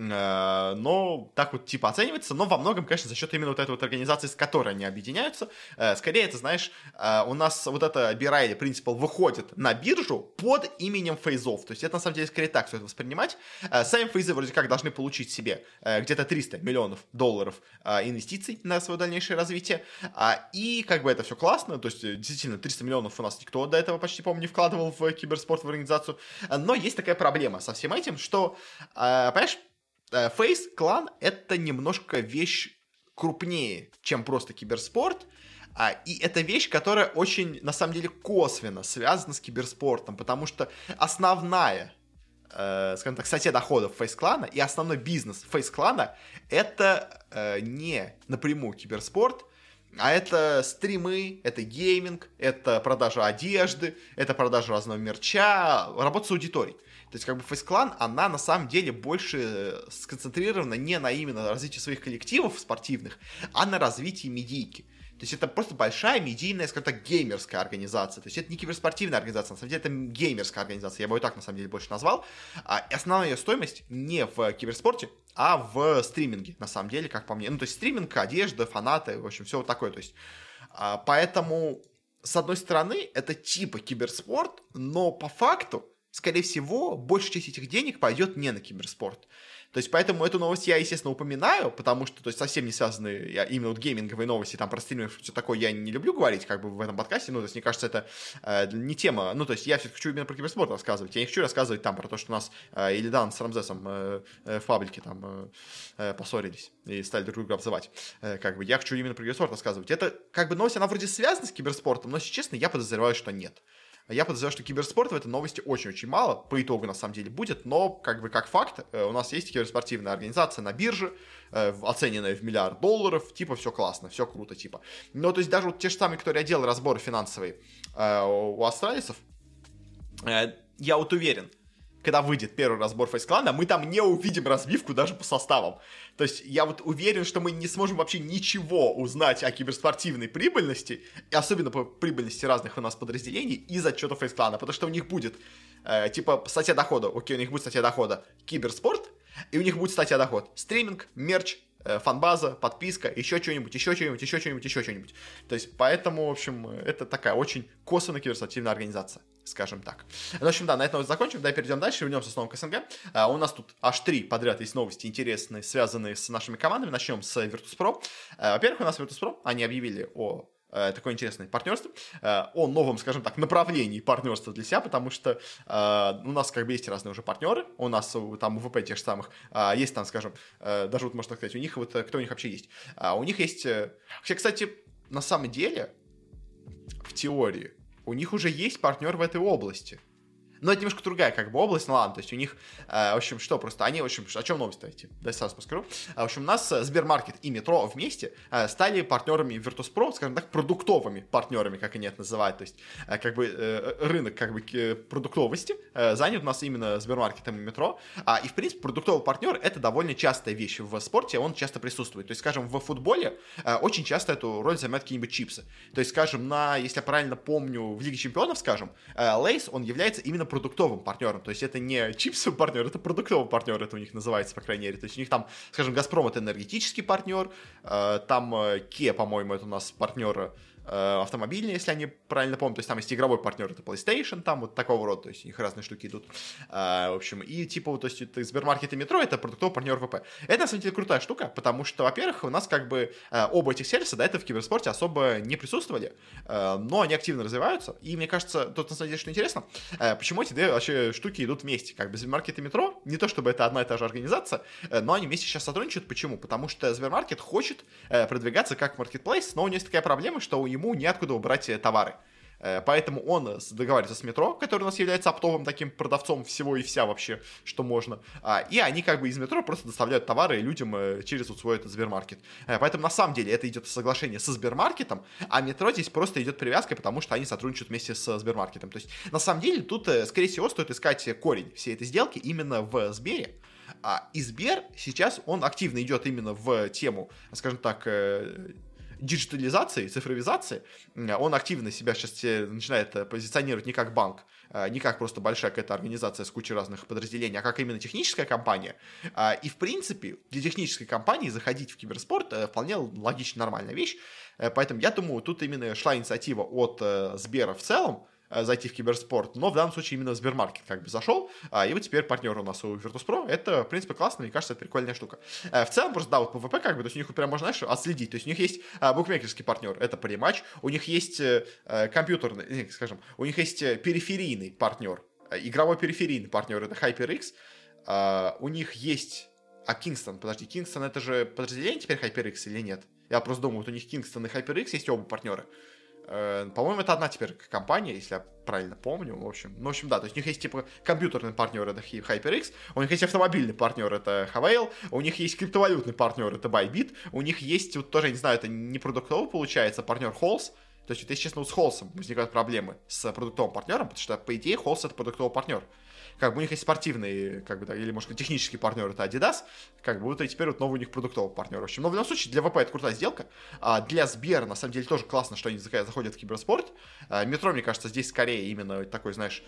но так вот типа оценивается, но во многом, конечно, за счет именно вот этой вот организации, с которой они объединяются. Скорее, это, знаешь, у нас вот эта B-Riley Principal выходит на биржу под именем фейзов, то есть это на самом деле скорее так все это воспринимать. Сами фейзы вроде как должны получить себе где-то триста миллионов долларов инвестиций на свое дальнейшее развитие, и как бы это все классно, то есть действительно триста миллионов у нас никто до этого почти, по-моему, не вкладывал в киберспорт, в организацию, но есть такая проблема со всем этим, что, понимаешь, FaZe Clan — это немножко вещь крупнее, чем просто киберспорт, и это вещь, которая очень, на самом деле, косвенно связана с киберспортом, потому что основная, скажем так, статья доходов FaZe Clan и основной бизнес FaZe Clan — это не напрямую киберспорт, а это стримы, это гейминг, это продажа одежды, это продажа разного мерча, работа с аудиторией. То есть, как бы, FaZe Clan, она на самом деле больше сконцентрирована не на именно развитии своих коллективов спортивных, а на развитии медийки. То есть, это просто большая медийная, скажем так, геймерская организация. То есть, это не киберспортивная организация, на самом деле, это геймерская организация. Я бы ее так, на самом деле, больше назвал. А основная ее стоимость не в киберспорте, а в стриминге, на самом деле, как по мне. Ну, то есть, стриминг, одежда, фанаты, в общем, все вот такое. То есть, поэтому, с одной стороны, это типа киберспорт, но по факту, скорее всего, большая часть этих денег пойдет не на киберспорт. То есть, поэтому эту новость я, естественно, упоминаю, потому что, то есть, совсем не связаны я, именно вот гейминговые новости, там, про стримеров, все такое я не люблю говорить, как бы, в этом подкасте, ну, то есть, мне кажется, это э, не тема, ну, то есть, я все-таки хочу именно про киберспорт рассказывать, я не хочу рассказывать там про то, что у нас э, Илидан с Рамзесом э, э, в паблике там э, поссорились и стали друг друга обзывать, э, как бы, я хочу именно про киберспорт рассказывать. Это, как бы, новость, она вроде связана с киберспортом, но, если честно, я подозреваю, что нет. Я подозреваю, что киберспорта в этой новости очень-очень мало, по итогу на самом деле будет, но как бы как факт, у нас есть киберспортивная организация на бирже, оцененная в миллиард долларов, типа все классно, все круто, типа. Но то есть даже вот те же самые, которые делали разборы финансовые у астралисов, я вот уверен, когда выйдет первый разбор FaZe Clan, мы там не увидим разбивку даже по составам. То есть я вот уверен, что мы не сможем вообще ничего узнать о киберспортивной прибыльности, и особенно по прибыльности разных у нас подразделений из отчета FaZe Clan, потому что у них будет э, типа статья дохода, окей, у них будет статья дохода киберспорт, и у них будет статья доход стриминг, мерч, фан-база, подписка, еще что-нибудь, еще что-нибудь, еще что-нибудь, еще что-нибудь. То есть, поэтому, в общем, это такая очень косвенно киберспортивная организация, скажем так. Ну, в общем, да, на этом закончим, давай перейдем дальше, вернемся снова к СНГ. А, у нас тут аж три подряд есть новости интересные, связанные с нашими командами. Начнем с Virtus.pro. А, во-первых, у нас Virtus.pro, они объявили о такое интересное партнерство, о новом, скажем так, направлении партнерства для себя, потому что э, у нас как бы есть разные уже партнеры, у нас там в ВП тех же самых, э, есть там, скажем, э, даже вот можно сказать, у них вот, кто у них вообще есть? А, у них есть, э, кстати, на самом деле, в теории, у них уже есть партнер в этой области. Но это немножко другая как бы область, ну ладно, то есть у них, э, в общем, что просто, они, в общем, о чем новость давайте, да, сразу подскажу. В общем, у нас э, Сбермаркет и Метро вместе э, стали партнерами Virtus.pro, скажем так, продуктовыми партнерами, как они это называют, то есть э, как бы э, рынок как бы продуктовости э, занят у нас именно Сбермаркетом и Метро, а, и в принципе продуктовый партнер это довольно частая вещь в спорте, он часто присутствует, то есть, скажем, в футболе э, очень часто эту роль занимают какие-нибудь чипсы, то есть, скажем, на, если я правильно помню, в Лиге Чемпионов, скажем, э, Лейс, он является именно продуктовым партнером, то есть это не чипсовый партнер, это продуктовый партнер, это у них называется, по крайней мере, то есть у них там, скажем, Газпром это энергетический партнер, э, там э, Kia, по-моему, это у нас партнер автомобильные, если они правильно помню, то есть там есть игровой партнер, это PlayStation, там вот такого рода, то есть у них разные штуки идут, а, в общем, и типа, то есть это Сбермаркет и Метро, это продуктовый партнер ВП. Это, на самом деле, крутая штука, потому что, во-первых, у нас как бы оба этих сервиса до этого в киберспорте особо не присутствовали, но они активно развиваются, и мне кажется, тут, на самом деле, что интересно, почему эти две вообще штуки идут вместе, как бы Сбермаркет и Метро, не то чтобы это одна и та же организация, но они вместе сейчас сотрудничают, почему? Потому что Сбермаркет хочет продвигаться как маркетплейс, но у него есть такая проблема, что у ему неоткуда убрать товары. Поэтому он договаривается с Метро, который у нас является оптовым таким продавцом всего и вся вообще, что можно. И они как бы из Метро просто доставляют товары людям через вот свой этот Сбермаркет. Поэтому на самом деле это идет соглашение со Сбермаркетом, а Метро здесь просто идет привязкой, потому что они сотрудничают вместе с Сбермаркетом. То есть на самом деле тут, скорее всего, стоит искать корень всей этой сделки именно в Сбере. И Сбер сейчас, он активно идет именно в тему, скажем так, диджитализации, цифровизации, он активно себя сейчас начинает позиционировать не как банк, не как просто большая какая-то организация с кучей разных подразделений, а как именно техническая компания. И, в принципе, для технической компании заходить в киберспорт вполне логично, нормальная вещь. Поэтому я думаю, тут именно шла инициатива от Сбера в целом, зайти в киберспорт, но в данном случае именно Сбермаркет как бы зашел, и вот теперь партнер у нас у Virtus.pro, это, в принципе, классно, мне кажется, это прикольная штука. В целом, просто, да, вот ПВП, как бы, то есть у них прям можно, знаешь, отследить, то есть у них есть букмекерский партнер, это Париматч, у них есть компьютерный, скажем, у них есть периферийный партнер, игровой периферийный партнер, это HyperX, у них есть, а Kingston, подожди, Kingston это же подразделение теперь HyperX или нет? Я просто думаю, вот у них Kingston и HyperX есть оба партнера. По-моему, это одна теперь компания, если я правильно помню, в общем. Ну, в общем, да, то есть у них есть, типа, компьютерный партнер, это HyperX, у них есть автомобильный партнер, это Havail, у них есть криптовалютный партнер, это Bybit, у них есть, вот тоже, я не знаю, это не продуктовый, получается, партнер Halls. То есть, вот, если честно, вот с Холсом возникают проблемы с продуктовым партнером, потому что, по идее, Холс — это продуктовый партнер. Как бы у них есть спортивный, как бы, да, или, может, технический партнер, это Adidas, как бы, вот и теперь вот новый у них продуктовый партнер. В общем, но в любом случае, для ВП это крутая сделка. А для Сбера, на самом деле, тоже классно, что они заходят в киберспорт. А, Метро, мне кажется, здесь скорее именно такой, знаешь,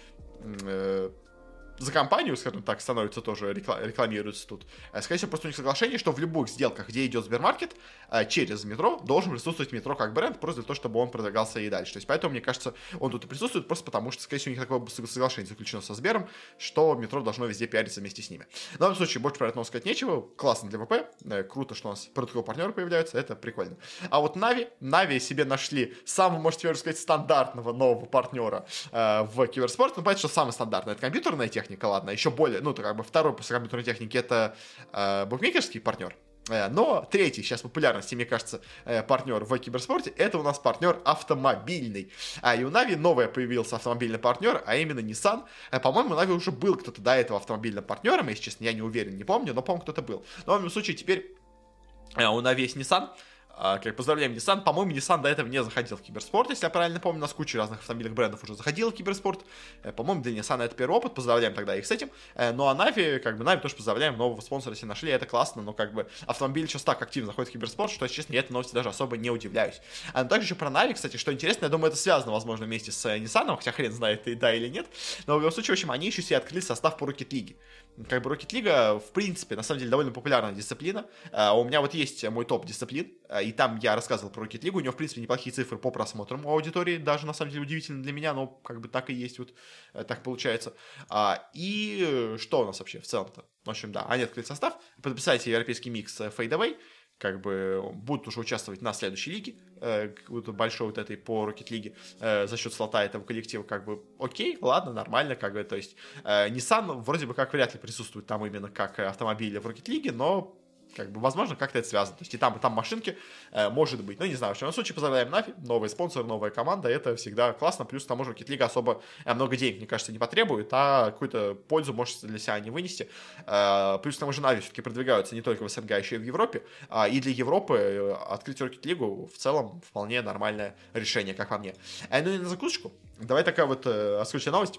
э- за компанию, скажем так, становится тоже, рекламируется тут. Скорее всего, просто у них соглашение, что в любых сделках, где идет Сбермаркет, через Метро должен присутствовать Метро как бренд, просто для того, чтобы он продвигался и дальше. То есть, поэтому, мне кажется, он тут и присутствует, просто потому что, скорее всего, у них такое соглашение заключено со Сбером, что Метро должно везде пиариться вместе с ними. В данном случае, больше про это сказать нечего. Классно для ВП, круто, что у нас продуктовые партнеры появляются, это прикольно. А вот Нави, Нави себе нашли самого, можно теперь сказать, стандартного нового партнера э, в киберспорте. Ну, понятно, что самый стандартный — это компьютерная техника, ладно, еще более, ну, то как бы второй после компьютерной техники — это э, букмекерский партнер. Э, но третий сейчас популярности, мне кажется, э, партнер в киберспорте — это у нас партнер автомобильный. А и у Нави новый появился автомобильный партнер, а именно Nissan. Э, по-моему, у Нави уже был кто-то до этого автомобильным партнером, если честно, я не уверен, не помню, но, по-моему, кто-то был. Но в любом случае теперь э, у Нави есть Nissan. Как поздравляем Nissan. По-моему, Nissan до этого не заходил в киберспорт, если я правильно помню. У нас куча разных автомобильных брендов уже заходила в киберспорт. По-моему, для Nissan это первый опыт. Поздравляем тогда их с этим. Ну а Navi, как бы Navi тоже поздравляем. Нового спонсора себе нашли. Это классно, но как бы автомобиль сейчас так активно заходит в киберспорт, что, если честно, я этой новости даже особо не удивляюсь. А также еще про Navi, кстати, что интересно, я думаю, это связано, возможно, вместе с Nissan, хотя хрен знает, и да или нет. Но в любом случае, в общем, они еще себе открыли состав по Rocket League. Как бы Rocket League, в принципе, на самом деле, довольно популярная дисциплина. У меня вот есть мой топ дисциплин, и там я рассказывал про Rocket League, у него, в принципе, неплохие цифры по просмотрам у аудитории, даже, на самом деле, удивительно для меня, но как бы так и есть, вот так получается. А, и что у нас вообще в целом-то? В общем, да, они открыли состав, подписайте европейский микс Fade Away, как бы будут уже участвовать на следующей лиге, э, большой вот этой по Rocket League, э, за счет слота этого коллектива, как бы, окей, ладно, нормально, как бы, то есть, э, Nissan вроде бы как вряд ли присутствует там именно как автомобили в Rocket League, но как бы, возможно, как-то это связано. То есть и там, и там машинки, э, может быть. Ну, не знаю, в любом случае, поздравляем Нафи, новый спонсор, новая команда, это всегда классно. Плюс к тому же Rocket League особо э, много денег, мне кажется, не потребует, а какую-то пользу может для себя не вынести. Э, плюс к тому же Нави все-таки продвигаются не только в СНГ, а еще и в Европе. А, и для Европы э, открыть Rocket League в целом вполне нормальное решение, как по мне. Э, ну и на закусочку, давай такая вот э, оскучная новость.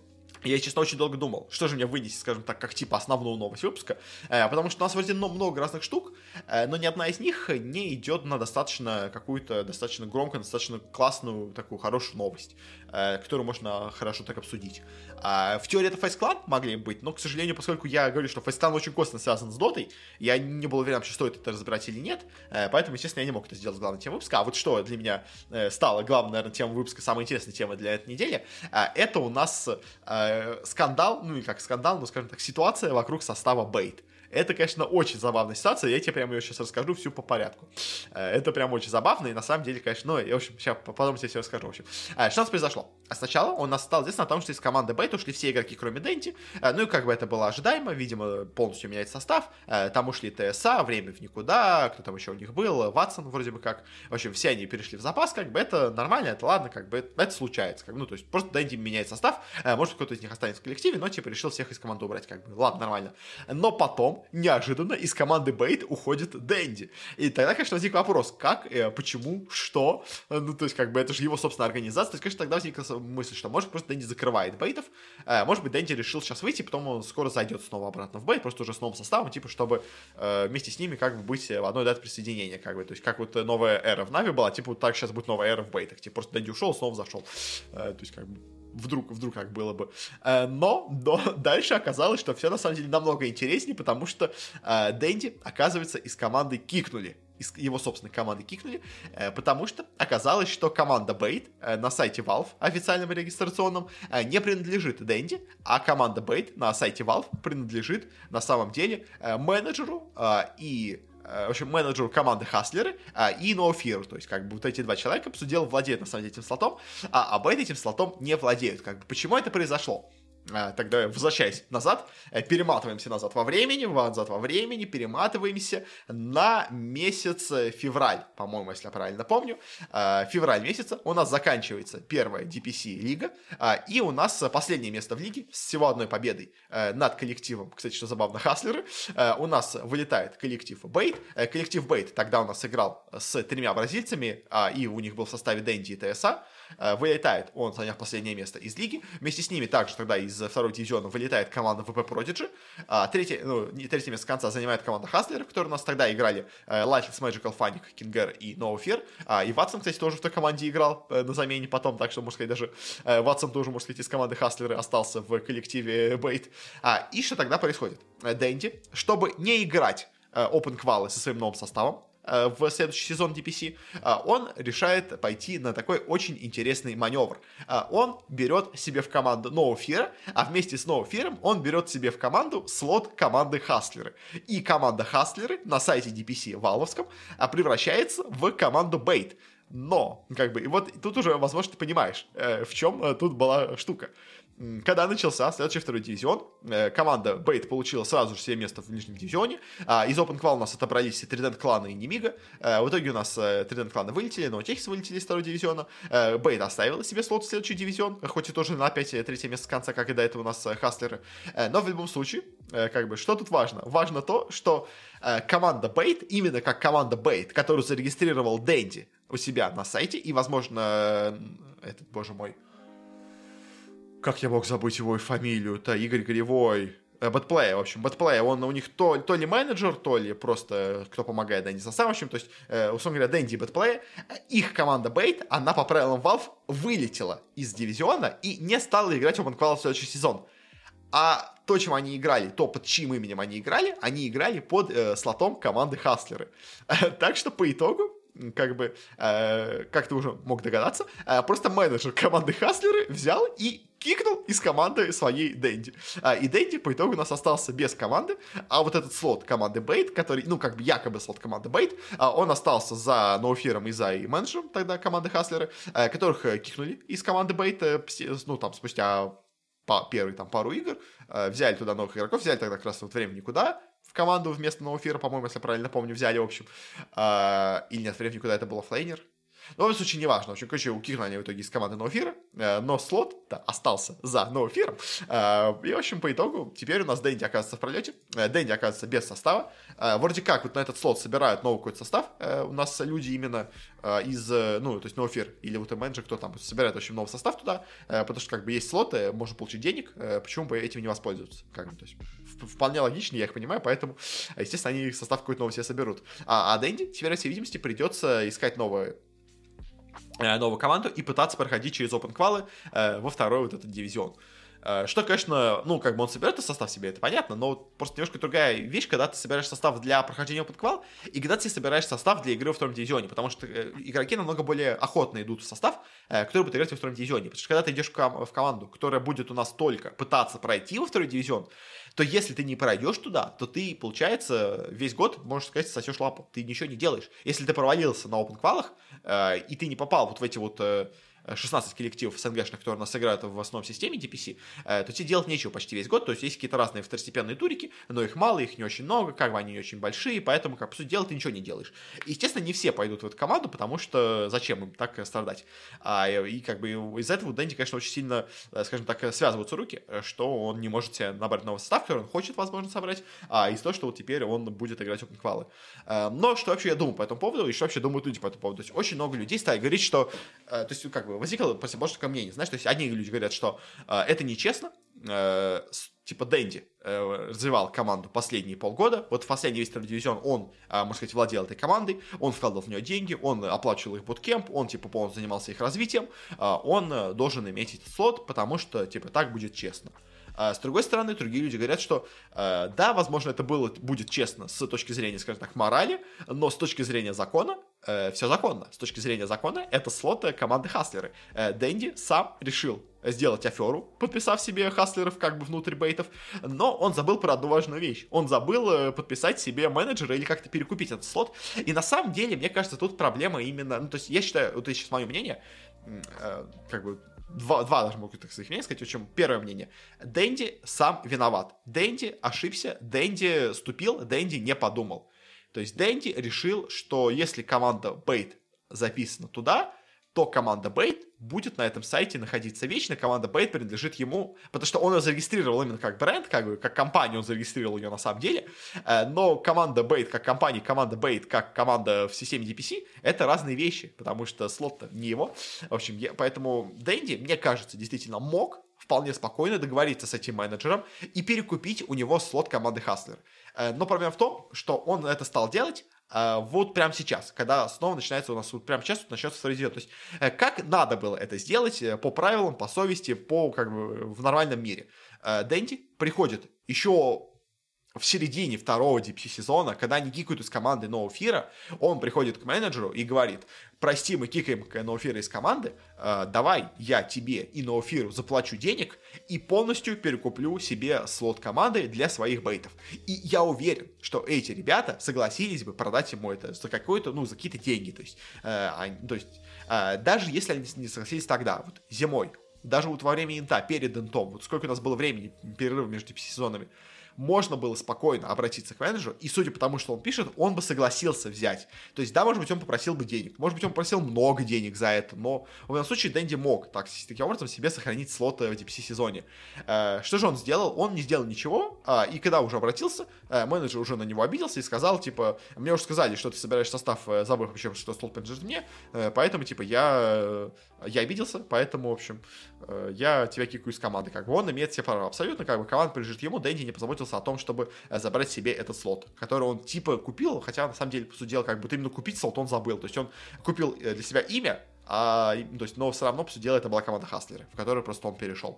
Я, честно, очень долго думал, что же мне вынести, скажем так, как типа основную новость выпуска, э, потому что у нас вроде много разных штук, э, но ни одна из них не идет на достаточно какую-то, достаточно громкую, достаточно классную, такую хорошую новость, э, которую можно хорошо так обсудить. Э, в теории это Face Clan могли быть, но, к сожалению, поскольку я говорю, что Face Clan очень косно связан с Дотой, я не был уверен, что стоит это разбирать или нет, э, поэтому, естественно, я не мог это сделать главной темой выпуска. А вот что для меня э, стало главной, наверное, темой выпуска, самой интересной темой для этой недели, э, это у нас... Э, скандал, ну не как скандал, но, скажем так, ситуация вокруг состава Бейт. Это, конечно, очень забавная ситуация, я тебе прямо ее сейчас расскажу всю по порядку. Это прям очень забавно, и на самом деле, конечно, ну, я, в общем, сейчас потом тебе все расскажу, в общем. Что у нас произошло? Сначала он нас стал известно о том, что из команды Бейт ушли все игроки, кроме Денди, ну и как бы это было ожидаемо, видимо, полностью меняется состав, там ушли ТСА, время в никуда, кто там еще у них был, Ватсон вроде бы как, в общем, все они перешли в запас, как бы это нормально, это ладно, как бы это, это случается, как бы, ну, то есть просто Денди меняет состав, может, кто-то из них останется в коллективе, но, типа, решил всех из команды убрать, как бы, ладно, нормально. Но потом, неожиданно из команды Бейт уходит Дэнди. И тогда, конечно, возник вопрос, как, э, почему, что, ну, то есть, как бы, это же его собственная организация, то есть, конечно, тогда возникла мысль, что, может, просто Дэнди закрывает Бейтов, э, может быть, Дэнди решил сейчас выйти, потом он скоро зайдет снова обратно в Бейт, просто уже с новым составом, типа, чтобы э, вместе с ними, как бы, быть в одной дате присоединения, как бы, то есть, как вот новая эра в Нави была, типа, вот так сейчас будет новая эра в Бейтах, типа, просто Дэнди ушел, снова зашел, э, то есть, как бы, Вдруг, вдруг как было бы. Но, но дальше оказалось, что все на самом деле намного интереснее, потому что э, Дэнди, оказывается, из команды кикнули. Из его собственной команды кикнули, э, потому что оказалось, что команда Бейт э, на сайте Valve, официальном и регистрационном, э, не принадлежит Дэнди, а команда Бейт на сайте Valve принадлежит на самом деле э, менеджеру э, и... в общем, менеджеру команды Хаслеры а, и No Fear, то есть, как бы, вот эти два человека, по сути дела, владеют, на самом деле, этим слотом, а, а Бейт этим слотом не владеют, как бы, почему это произошло? А, тогда, возвращаясь назад, перематываемся назад во времени, назад во времени, перематываемся на месяц февраль, по-моему, если я правильно помню. А, февраль месяца у нас заканчивается первая ди пи си-лига, а, и у нас последнее место в лиге с всего одной победой а, над коллективом, кстати, что забавно, Хаслеры. А, у нас вылетает коллектив Бейт. А, коллектив Бейт тогда у нас играл с тремя бразильцами, а, и у них был в составе Дэнди и ТСА. А, вылетает он, заняв последнее место из лиги. Вместе с ними также тогда из второго дивизиона вылетает команда ви пи Prodigy. А, третье, ну, третье место с конца занимает команда Хаслеров, которые у нас тогда играли э, Lightless, Magical, Fanic, Kinger и No Fear. А, и Ватсон, кстати, тоже в той команде играл э, на замене потом, так что, можно сказать, даже э, Ватсон тоже, можно сказать, из команды Хаслеры остался в коллективе Бейт. А, и что тогда происходит? Дэнди, чтобы не играть э, Open Qual со своим новым составом в следующий сезон ди пи си, он решает пойти на такой очень интересный маневр. Он берет себе в команду No Fear, а вместе с No Fear он берет себе в команду слот команды Хаслеры. И команда Хаслеры на сайте ди пи си валовском превращается в команду Бейт. Но, как бы, и вот тут уже, возможно, ты понимаешь, в чем тут была штука. Когда начался следующий второй дивизион, команда Бейт получила сразу же себе место в нижнем дивизионе. Из Open Qual у нас отобрались Тридент клана и Немига. В итоге у нас Тридент клана вылетели, но Техис вылетели из второго дивизиона. Бейт оставила себе слот в следующий дивизион, хоть и тоже на опять третье место с конца, как и до этого у нас Хаслеры. Но в любом случае, как бы, что тут важно? Важно то, что команда Бейт, именно как команда Бейт, которую зарегистрировал Дэнди у себя на сайте, и, возможно, этот, боже мой, как я мог забыть его фамилию-то? Игорь Горевой. Бэтплея, в общем, Бэтплея, он у них то, то ли менеджер, то ли просто кто помогает Дэнди составом, в общем, то есть, э, условно говоря, Дэнди и Бэтплея, их команда Бейт, она по правилам Valve вылетела из дивизиона и не стала играть в Open Qual в следующий сезон. А то, чем они играли, то, под чьим именем они играли, они играли под э, слотом команды Хаслеры. Так что, по итогу, как бы, э, как ты уже мог догадаться, э, просто менеджер команды Хаслеры взял и кикнул из команды своей Дэнди. А, и Дэнди по итогу у нас остался без команды, а вот этот слот команды Бейт, который, ну, как бы якобы слот команды Бейт, а, он остался за Ноуфиром и за и менеджером тогда команды Хаслеры, а, которых кикнули из команды Бейт, ну, там, спустя по, первые там пару игр, а, взяли туда новых игроков, взяли тогда как раз вот время никуда, в команду вместо ноуфира, по-моему, если я правильно помню, взяли, в общем. А, или нет, времени, куда это было флейнер. Но в любом случае, неважно. В общем, короче, укинули они в итоге из команды ноуфира, но слот остался за ноуфиром. И, в общем, по итогу, теперь у нас Дэнди оказывается в пролете. Дэнди оказывается без состава. Вроде как вот на этот слот собирают новый какой-то состав. У нас люди именно из, ну, то есть ноуфир или вот менеджер, кто там собирает, в общем, новый состав туда, потому что как бы есть слоты, можно получить денег, почему бы этим не воспользоваться? Как бы, то есть, вполне логично, я их понимаю, поэтому, естественно, они состав какой-то новый себе соберут. А, а Дэнди, теперь, по всей видимости, придется искать новое новую команду и пытаться проходить через OpenQual э, во второй вот этот дивизион. Э, что, конечно, ну, как бы он соберет этот состав себе, это понятно, но просто немножко другая вещь, когда ты собираешь состав для прохождения OpenQual и когда ты собираешь состав для игры во втором дивизионе, потому что э, игроки намного более охотно идут в состав, э, который будет играть во втором дивизионе, потому что когда ты идешь в, ком- в команду, которая будет у нас только пытаться пройти во второй дивизион, то если ты не пройдешь туда, то ты, получается, весь год, можно сказать, сосешь лапу. Ты ничего не делаешь. Если ты провалился на OpenQual'ах, э, и ты не попал вот в эти вот э, шестнадцать коллективов СНГшных, которые у нас играют в основном системе ди пи си, э, то тебе делать нечего почти весь год. То есть есть какие-то разные второстепенные турики, но их мало, их не очень много, как бы они не очень большие, поэтому, как по сути дела, ты ничего не делаешь. И, естественно, не все пойдут в эту команду, потому что зачем им так страдать? А, и как бы из-за этого у Дэнди, конечно, очень сильно, скажем так, связываются руки, что он не может себе набрать новый состав, который он хочет, возможно, собрать, а из-за того, что вот теперь он будет играть в OpenQual. Но что вообще я думаю по этому поводу, и что вообще думают люди по этому поводу? То есть очень много людей стали говорить, что, то есть как бы возникло противоположное мнение, знаешь, то есть одни люди говорят, что это нечестно, типа Дэнди э, развивал команду последние полгода. Вот в последний весь второй дивизион он, э, можно сказать, владел этой командой, он вкладывал в нее деньги, он оплачивал их буткемп, он, типа, полностью занимался их развитием, э, он э, должен иметь этот слот, потому что, типа, так будет честно. А с другой стороны, другие люди говорят, что э, да, возможно, это было, будет честно с точки зрения, скажем так, морали, но с точки зрения закона э, все законно. С точки зрения закона это слот команды Хаслеры. Э, Дэнди сам решил сделать аферу, подписав себе Хаслеров как бы внутрь бейтов, но он забыл про одну важную вещь. Он забыл э, подписать себе менеджера или как-то перекупить этот слот. И на самом деле, мне кажется, тут проблема именно... Ну, то есть я считаю, вот это сейчас мое мнение, э, как бы Два, два даже могу так своих мнений сказать. В общем, первое мнение. Дэнди сам виноват. Дэнди ошибся, Дэнди ступил, Дэнди не подумал. То есть Дэнди решил, что если команда Бейт записана туда, то команда Бейт будет на этом сайте находиться вечно, команда Бейт принадлежит ему, потому что он ее зарегистрировал именно как бренд, как бы, как компанию он зарегистрировал ее на самом деле, но команда Бейт как компания, команда Бейт как команда в системе ди пи си, это разные вещи, потому что слот-то не его. В общем, я, поэтому Дэнди, мне кажется, действительно мог вполне спокойно договориться с этим менеджером и перекупить у него слот команды Хаслер. Но проблема в том, что он это стал делать вот прямо сейчас, когда снова начинается у нас, вот прямо сейчас начнется второй дивизион. То есть, как надо было это сделать по правилам, по совести, по, как бы, в нормальном мире. Дэнди приходит еще в середине второго ди пи си сезона, когда они кикают из команды ноуфира, он приходит к менеджеру и говорит: прости, мы кикаем ноуфира из команды, э, давай я тебе и ноуфиру заплачу денег и полностью перекуплю себе слот команды для своих бейтов. И я уверен, что эти ребята согласились бы продать ему это за какой-то, ну, за какие-то деньги. То есть, э, они, то есть э, даже если они не согласились тогда, вот зимой, даже вот во время инта, перед интом, вот сколько у нас было времени, перерыва между ди пи си сезонами, можно было спокойно обратиться к менеджеру, и судя по тому, что он пишет, он бы согласился взять. То есть, да, может быть, он попросил бы денег, может быть, он попросил много денег за это, но в этом случае Дэнди мог так, таким образом себе сохранить слоты в ди пи си сезоне. Э, что же он сделал? Он не сделал ничего, э, и когда уже обратился, э, менеджер уже на него обиделся и сказал, типа, мне уже сказали, что ты собираешь состав, э, забыл вообще, что слот принадлежит мне, э, поэтому, типа, я, э, я обиделся, поэтому, в общем, э, я тебя кикаю из команды, как бы он имеет все права абсолютно, как бы команда принадлежит ему, Дэнди не позаботился о том, чтобы забрать себе этот слот, который он типа купил, хотя на самом деле, по сути дела, как бы именно купить слот он забыл. То есть он купил для себя имя, а, то есть, но все равно, по сути дела, это была команда Хаслеры, в которую просто он перешел.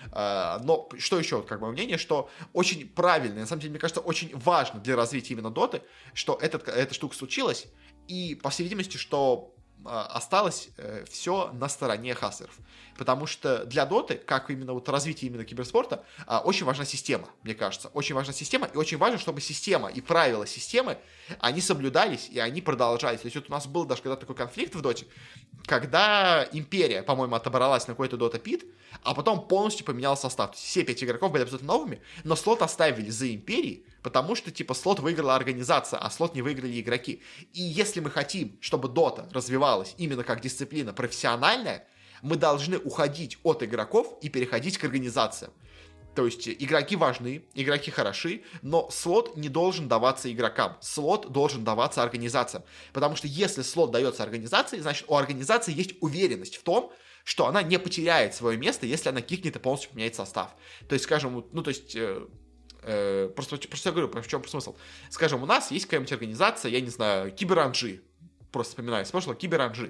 А, но что еще, как бы, мнение, что очень правильно, на самом деле, мне кажется, очень важно для развития именно доты, что этот, эта штука случилась, и, по всей видимости, что осталось э, все на стороне хаслеров. Потому что для доты, как именно вот развитие именно киберспорта, э, очень важна система, мне кажется. Очень важна система, и очень важно, чтобы система и правила системы, они соблюдались, и они продолжались. То есть вот у нас был даже когда такой конфликт в доте, когда Империя, по-моему, отобралась на какой-то Dota Pit, а потом полностью поменял состав. То есть все пять игроков были абсолютно новыми, но слот оставили за Империей, потому что, типа, слот выиграла организация, а слот не выиграли игроки. И если мы хотим, чтобы Dota развивалась именно как дисциплина профессиональная, мы должны уходить от игроков и переходить к организациям. То есть игроки важны, игроки хороши, но слот не должен даваться игрокам. Слот должен даваться организациям. Потому что если слот дается организации, значит у организации есть уверенность в том, что она не потеряет свое место, если она кикнет и полностью поменяет состав. То есть, скажем, ну то есть... Э, э, просто, просто я говорю, в чем смысл. Скажем, у нас есть какая-нибудь организация, я не знаю, Киберанжи. Просто вспоминаю, с прошлого Киберанжи.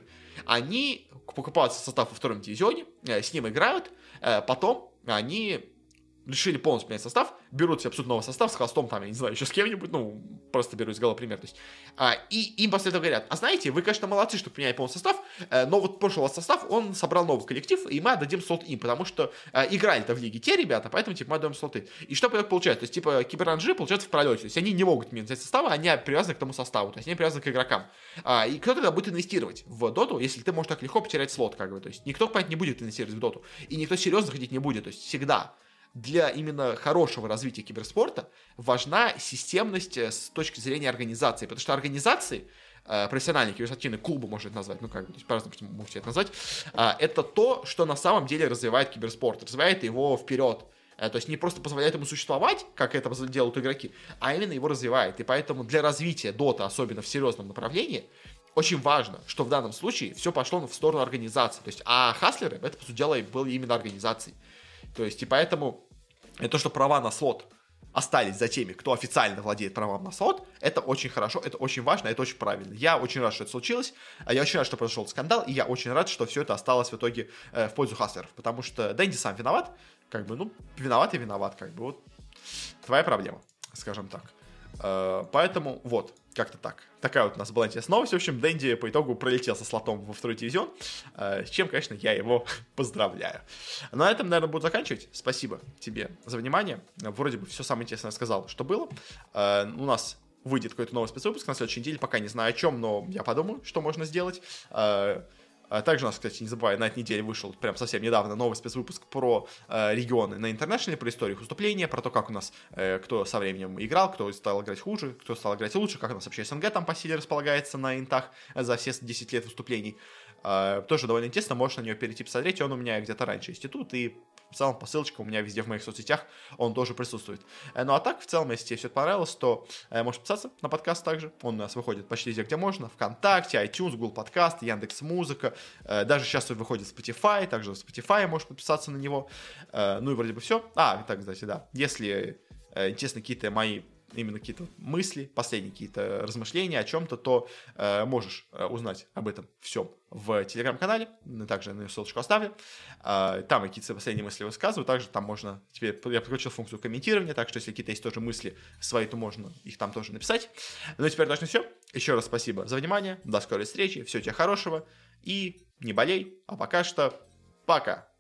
Они покупают состав во втором дивизионе, э, с ним играют, э, потом они... решили полностью менять состав, берут себе абсолютно новый состав с хостом, там, я не знаю, еще с кем-нибудь, ну, просто беру из головы пример, то есть, а, и им после этого говорят, а знаете, вы, конечно, молодцы, что поменяли полный состав, э, но вот прошлый состав, он собрал новый коллектив, и мы отдадим слот им, потому что э, играли-то в лиге те ребята, поэтому, типа, мы отдаем слоты. И что получается? То есть, типа, Киберанжи получается в пролете, то есть, они не могут менять составы, они привязаны к тому составу, то есть, они привязаны к игрокам. А, и кто тогда будет инвестировать в доту, если ты можешь так легко потерять слот, как бы, то есть, никто, понятно, не будет инвестировать в доту, и никто серьезно ходить не будет, то есть, всегда. Для именно хорошего развития киберспорта важна системность с точки зрения организации, потому что организации, э, профессиональные киберспортивные клубы, можно это назвать, ну как, то есть по-разному можете это назвать, э, это то, что на самом деле развивает киберспорт, развивает его вперед. Э, то есть не просто позволяет ему существовать, как это делают игроки, а именно его развивает. И поэтому для развития дота, особенно в серьезном направлении, очень важно, что в данном случае все пошло в сторону организации. То есть, а хаслеры, это, по сути дела, были именно организацией. То есть, и поэтому то, что права на слот остались за теми, кто официально владеет правом на слот, это очень хорошо, это очень важно, это очень правильно. Я очень рад, что это случилось, я очень рад, что произошел скандал, и я очень рад, что все это осталось в итоге э, в пользу хаслеров, потому что Дэнди сам виноват, как бы, ну, виноват и виноват, как бы, вот, твоя проблема, скажем так. Э, поэтому, вот, как-то так. Такая вот у нас была интересная новость. В общем, Дэнди по итогу пролетел со слотом во второй дивизион, с чем, конечно, я его поздравляю. На этом, наверное, буду заканчивать. Спасибо тебе за внимание. Вроде бы все самое интересное рассказал, что было. У нас выйдет какой-то новый спецвыпуск на следующей неделе. Пока не знаю о чем, но я подумаю, что можно сделать. Также у нас, кстати, не забывай, на этой неделе вышел прям совсем недавно новый спецвыпуск про э, регионы на International, про историю их выступления, про то, как у нас, э, кто со временем играл, кто стал играть хуже, кто стал играть лучше, как у нас вообще СНГ там по силе располагается на интах за все десять лет выступлений. Э, тоже довольно интересно, можешь на него перейти посмотреть, он у меня где-то раньше есть и тут, и в целом по ссылочкам у меня везде в моих соцсетях он тоже присутствует. Э, ну а так, в целом, если тебе все это понравилось, то э, можешь подписаться на подкаст также, он у нас выходит почти везде, где можно, ВКонтакте, iTunes, Google Подкаст, Яндекс.Музыка, э, даже сейчас выходит Spotify, также в Spotify можешь подписаться на него, э, ну и вроде бы все. А, так, кстати, да, если э, интересны какие-то мои именно какие-то мысли, последние какие-то размышления о чем-то, то э, можешь э, узнать об этом всем в Телеграм-канале, также на ссылочку оставлю. Э, там я какие-то последние мысли высказываю, также там можно, теперь я подключил функцию комментирования, так что если какие-то есть тоже мысли свои, то можно их там тоже написать. Ну и теперь точно все. Еще раз спасибо за внимание, до скорой встречи, всего тебе хорошего и не болей, а пока что пока.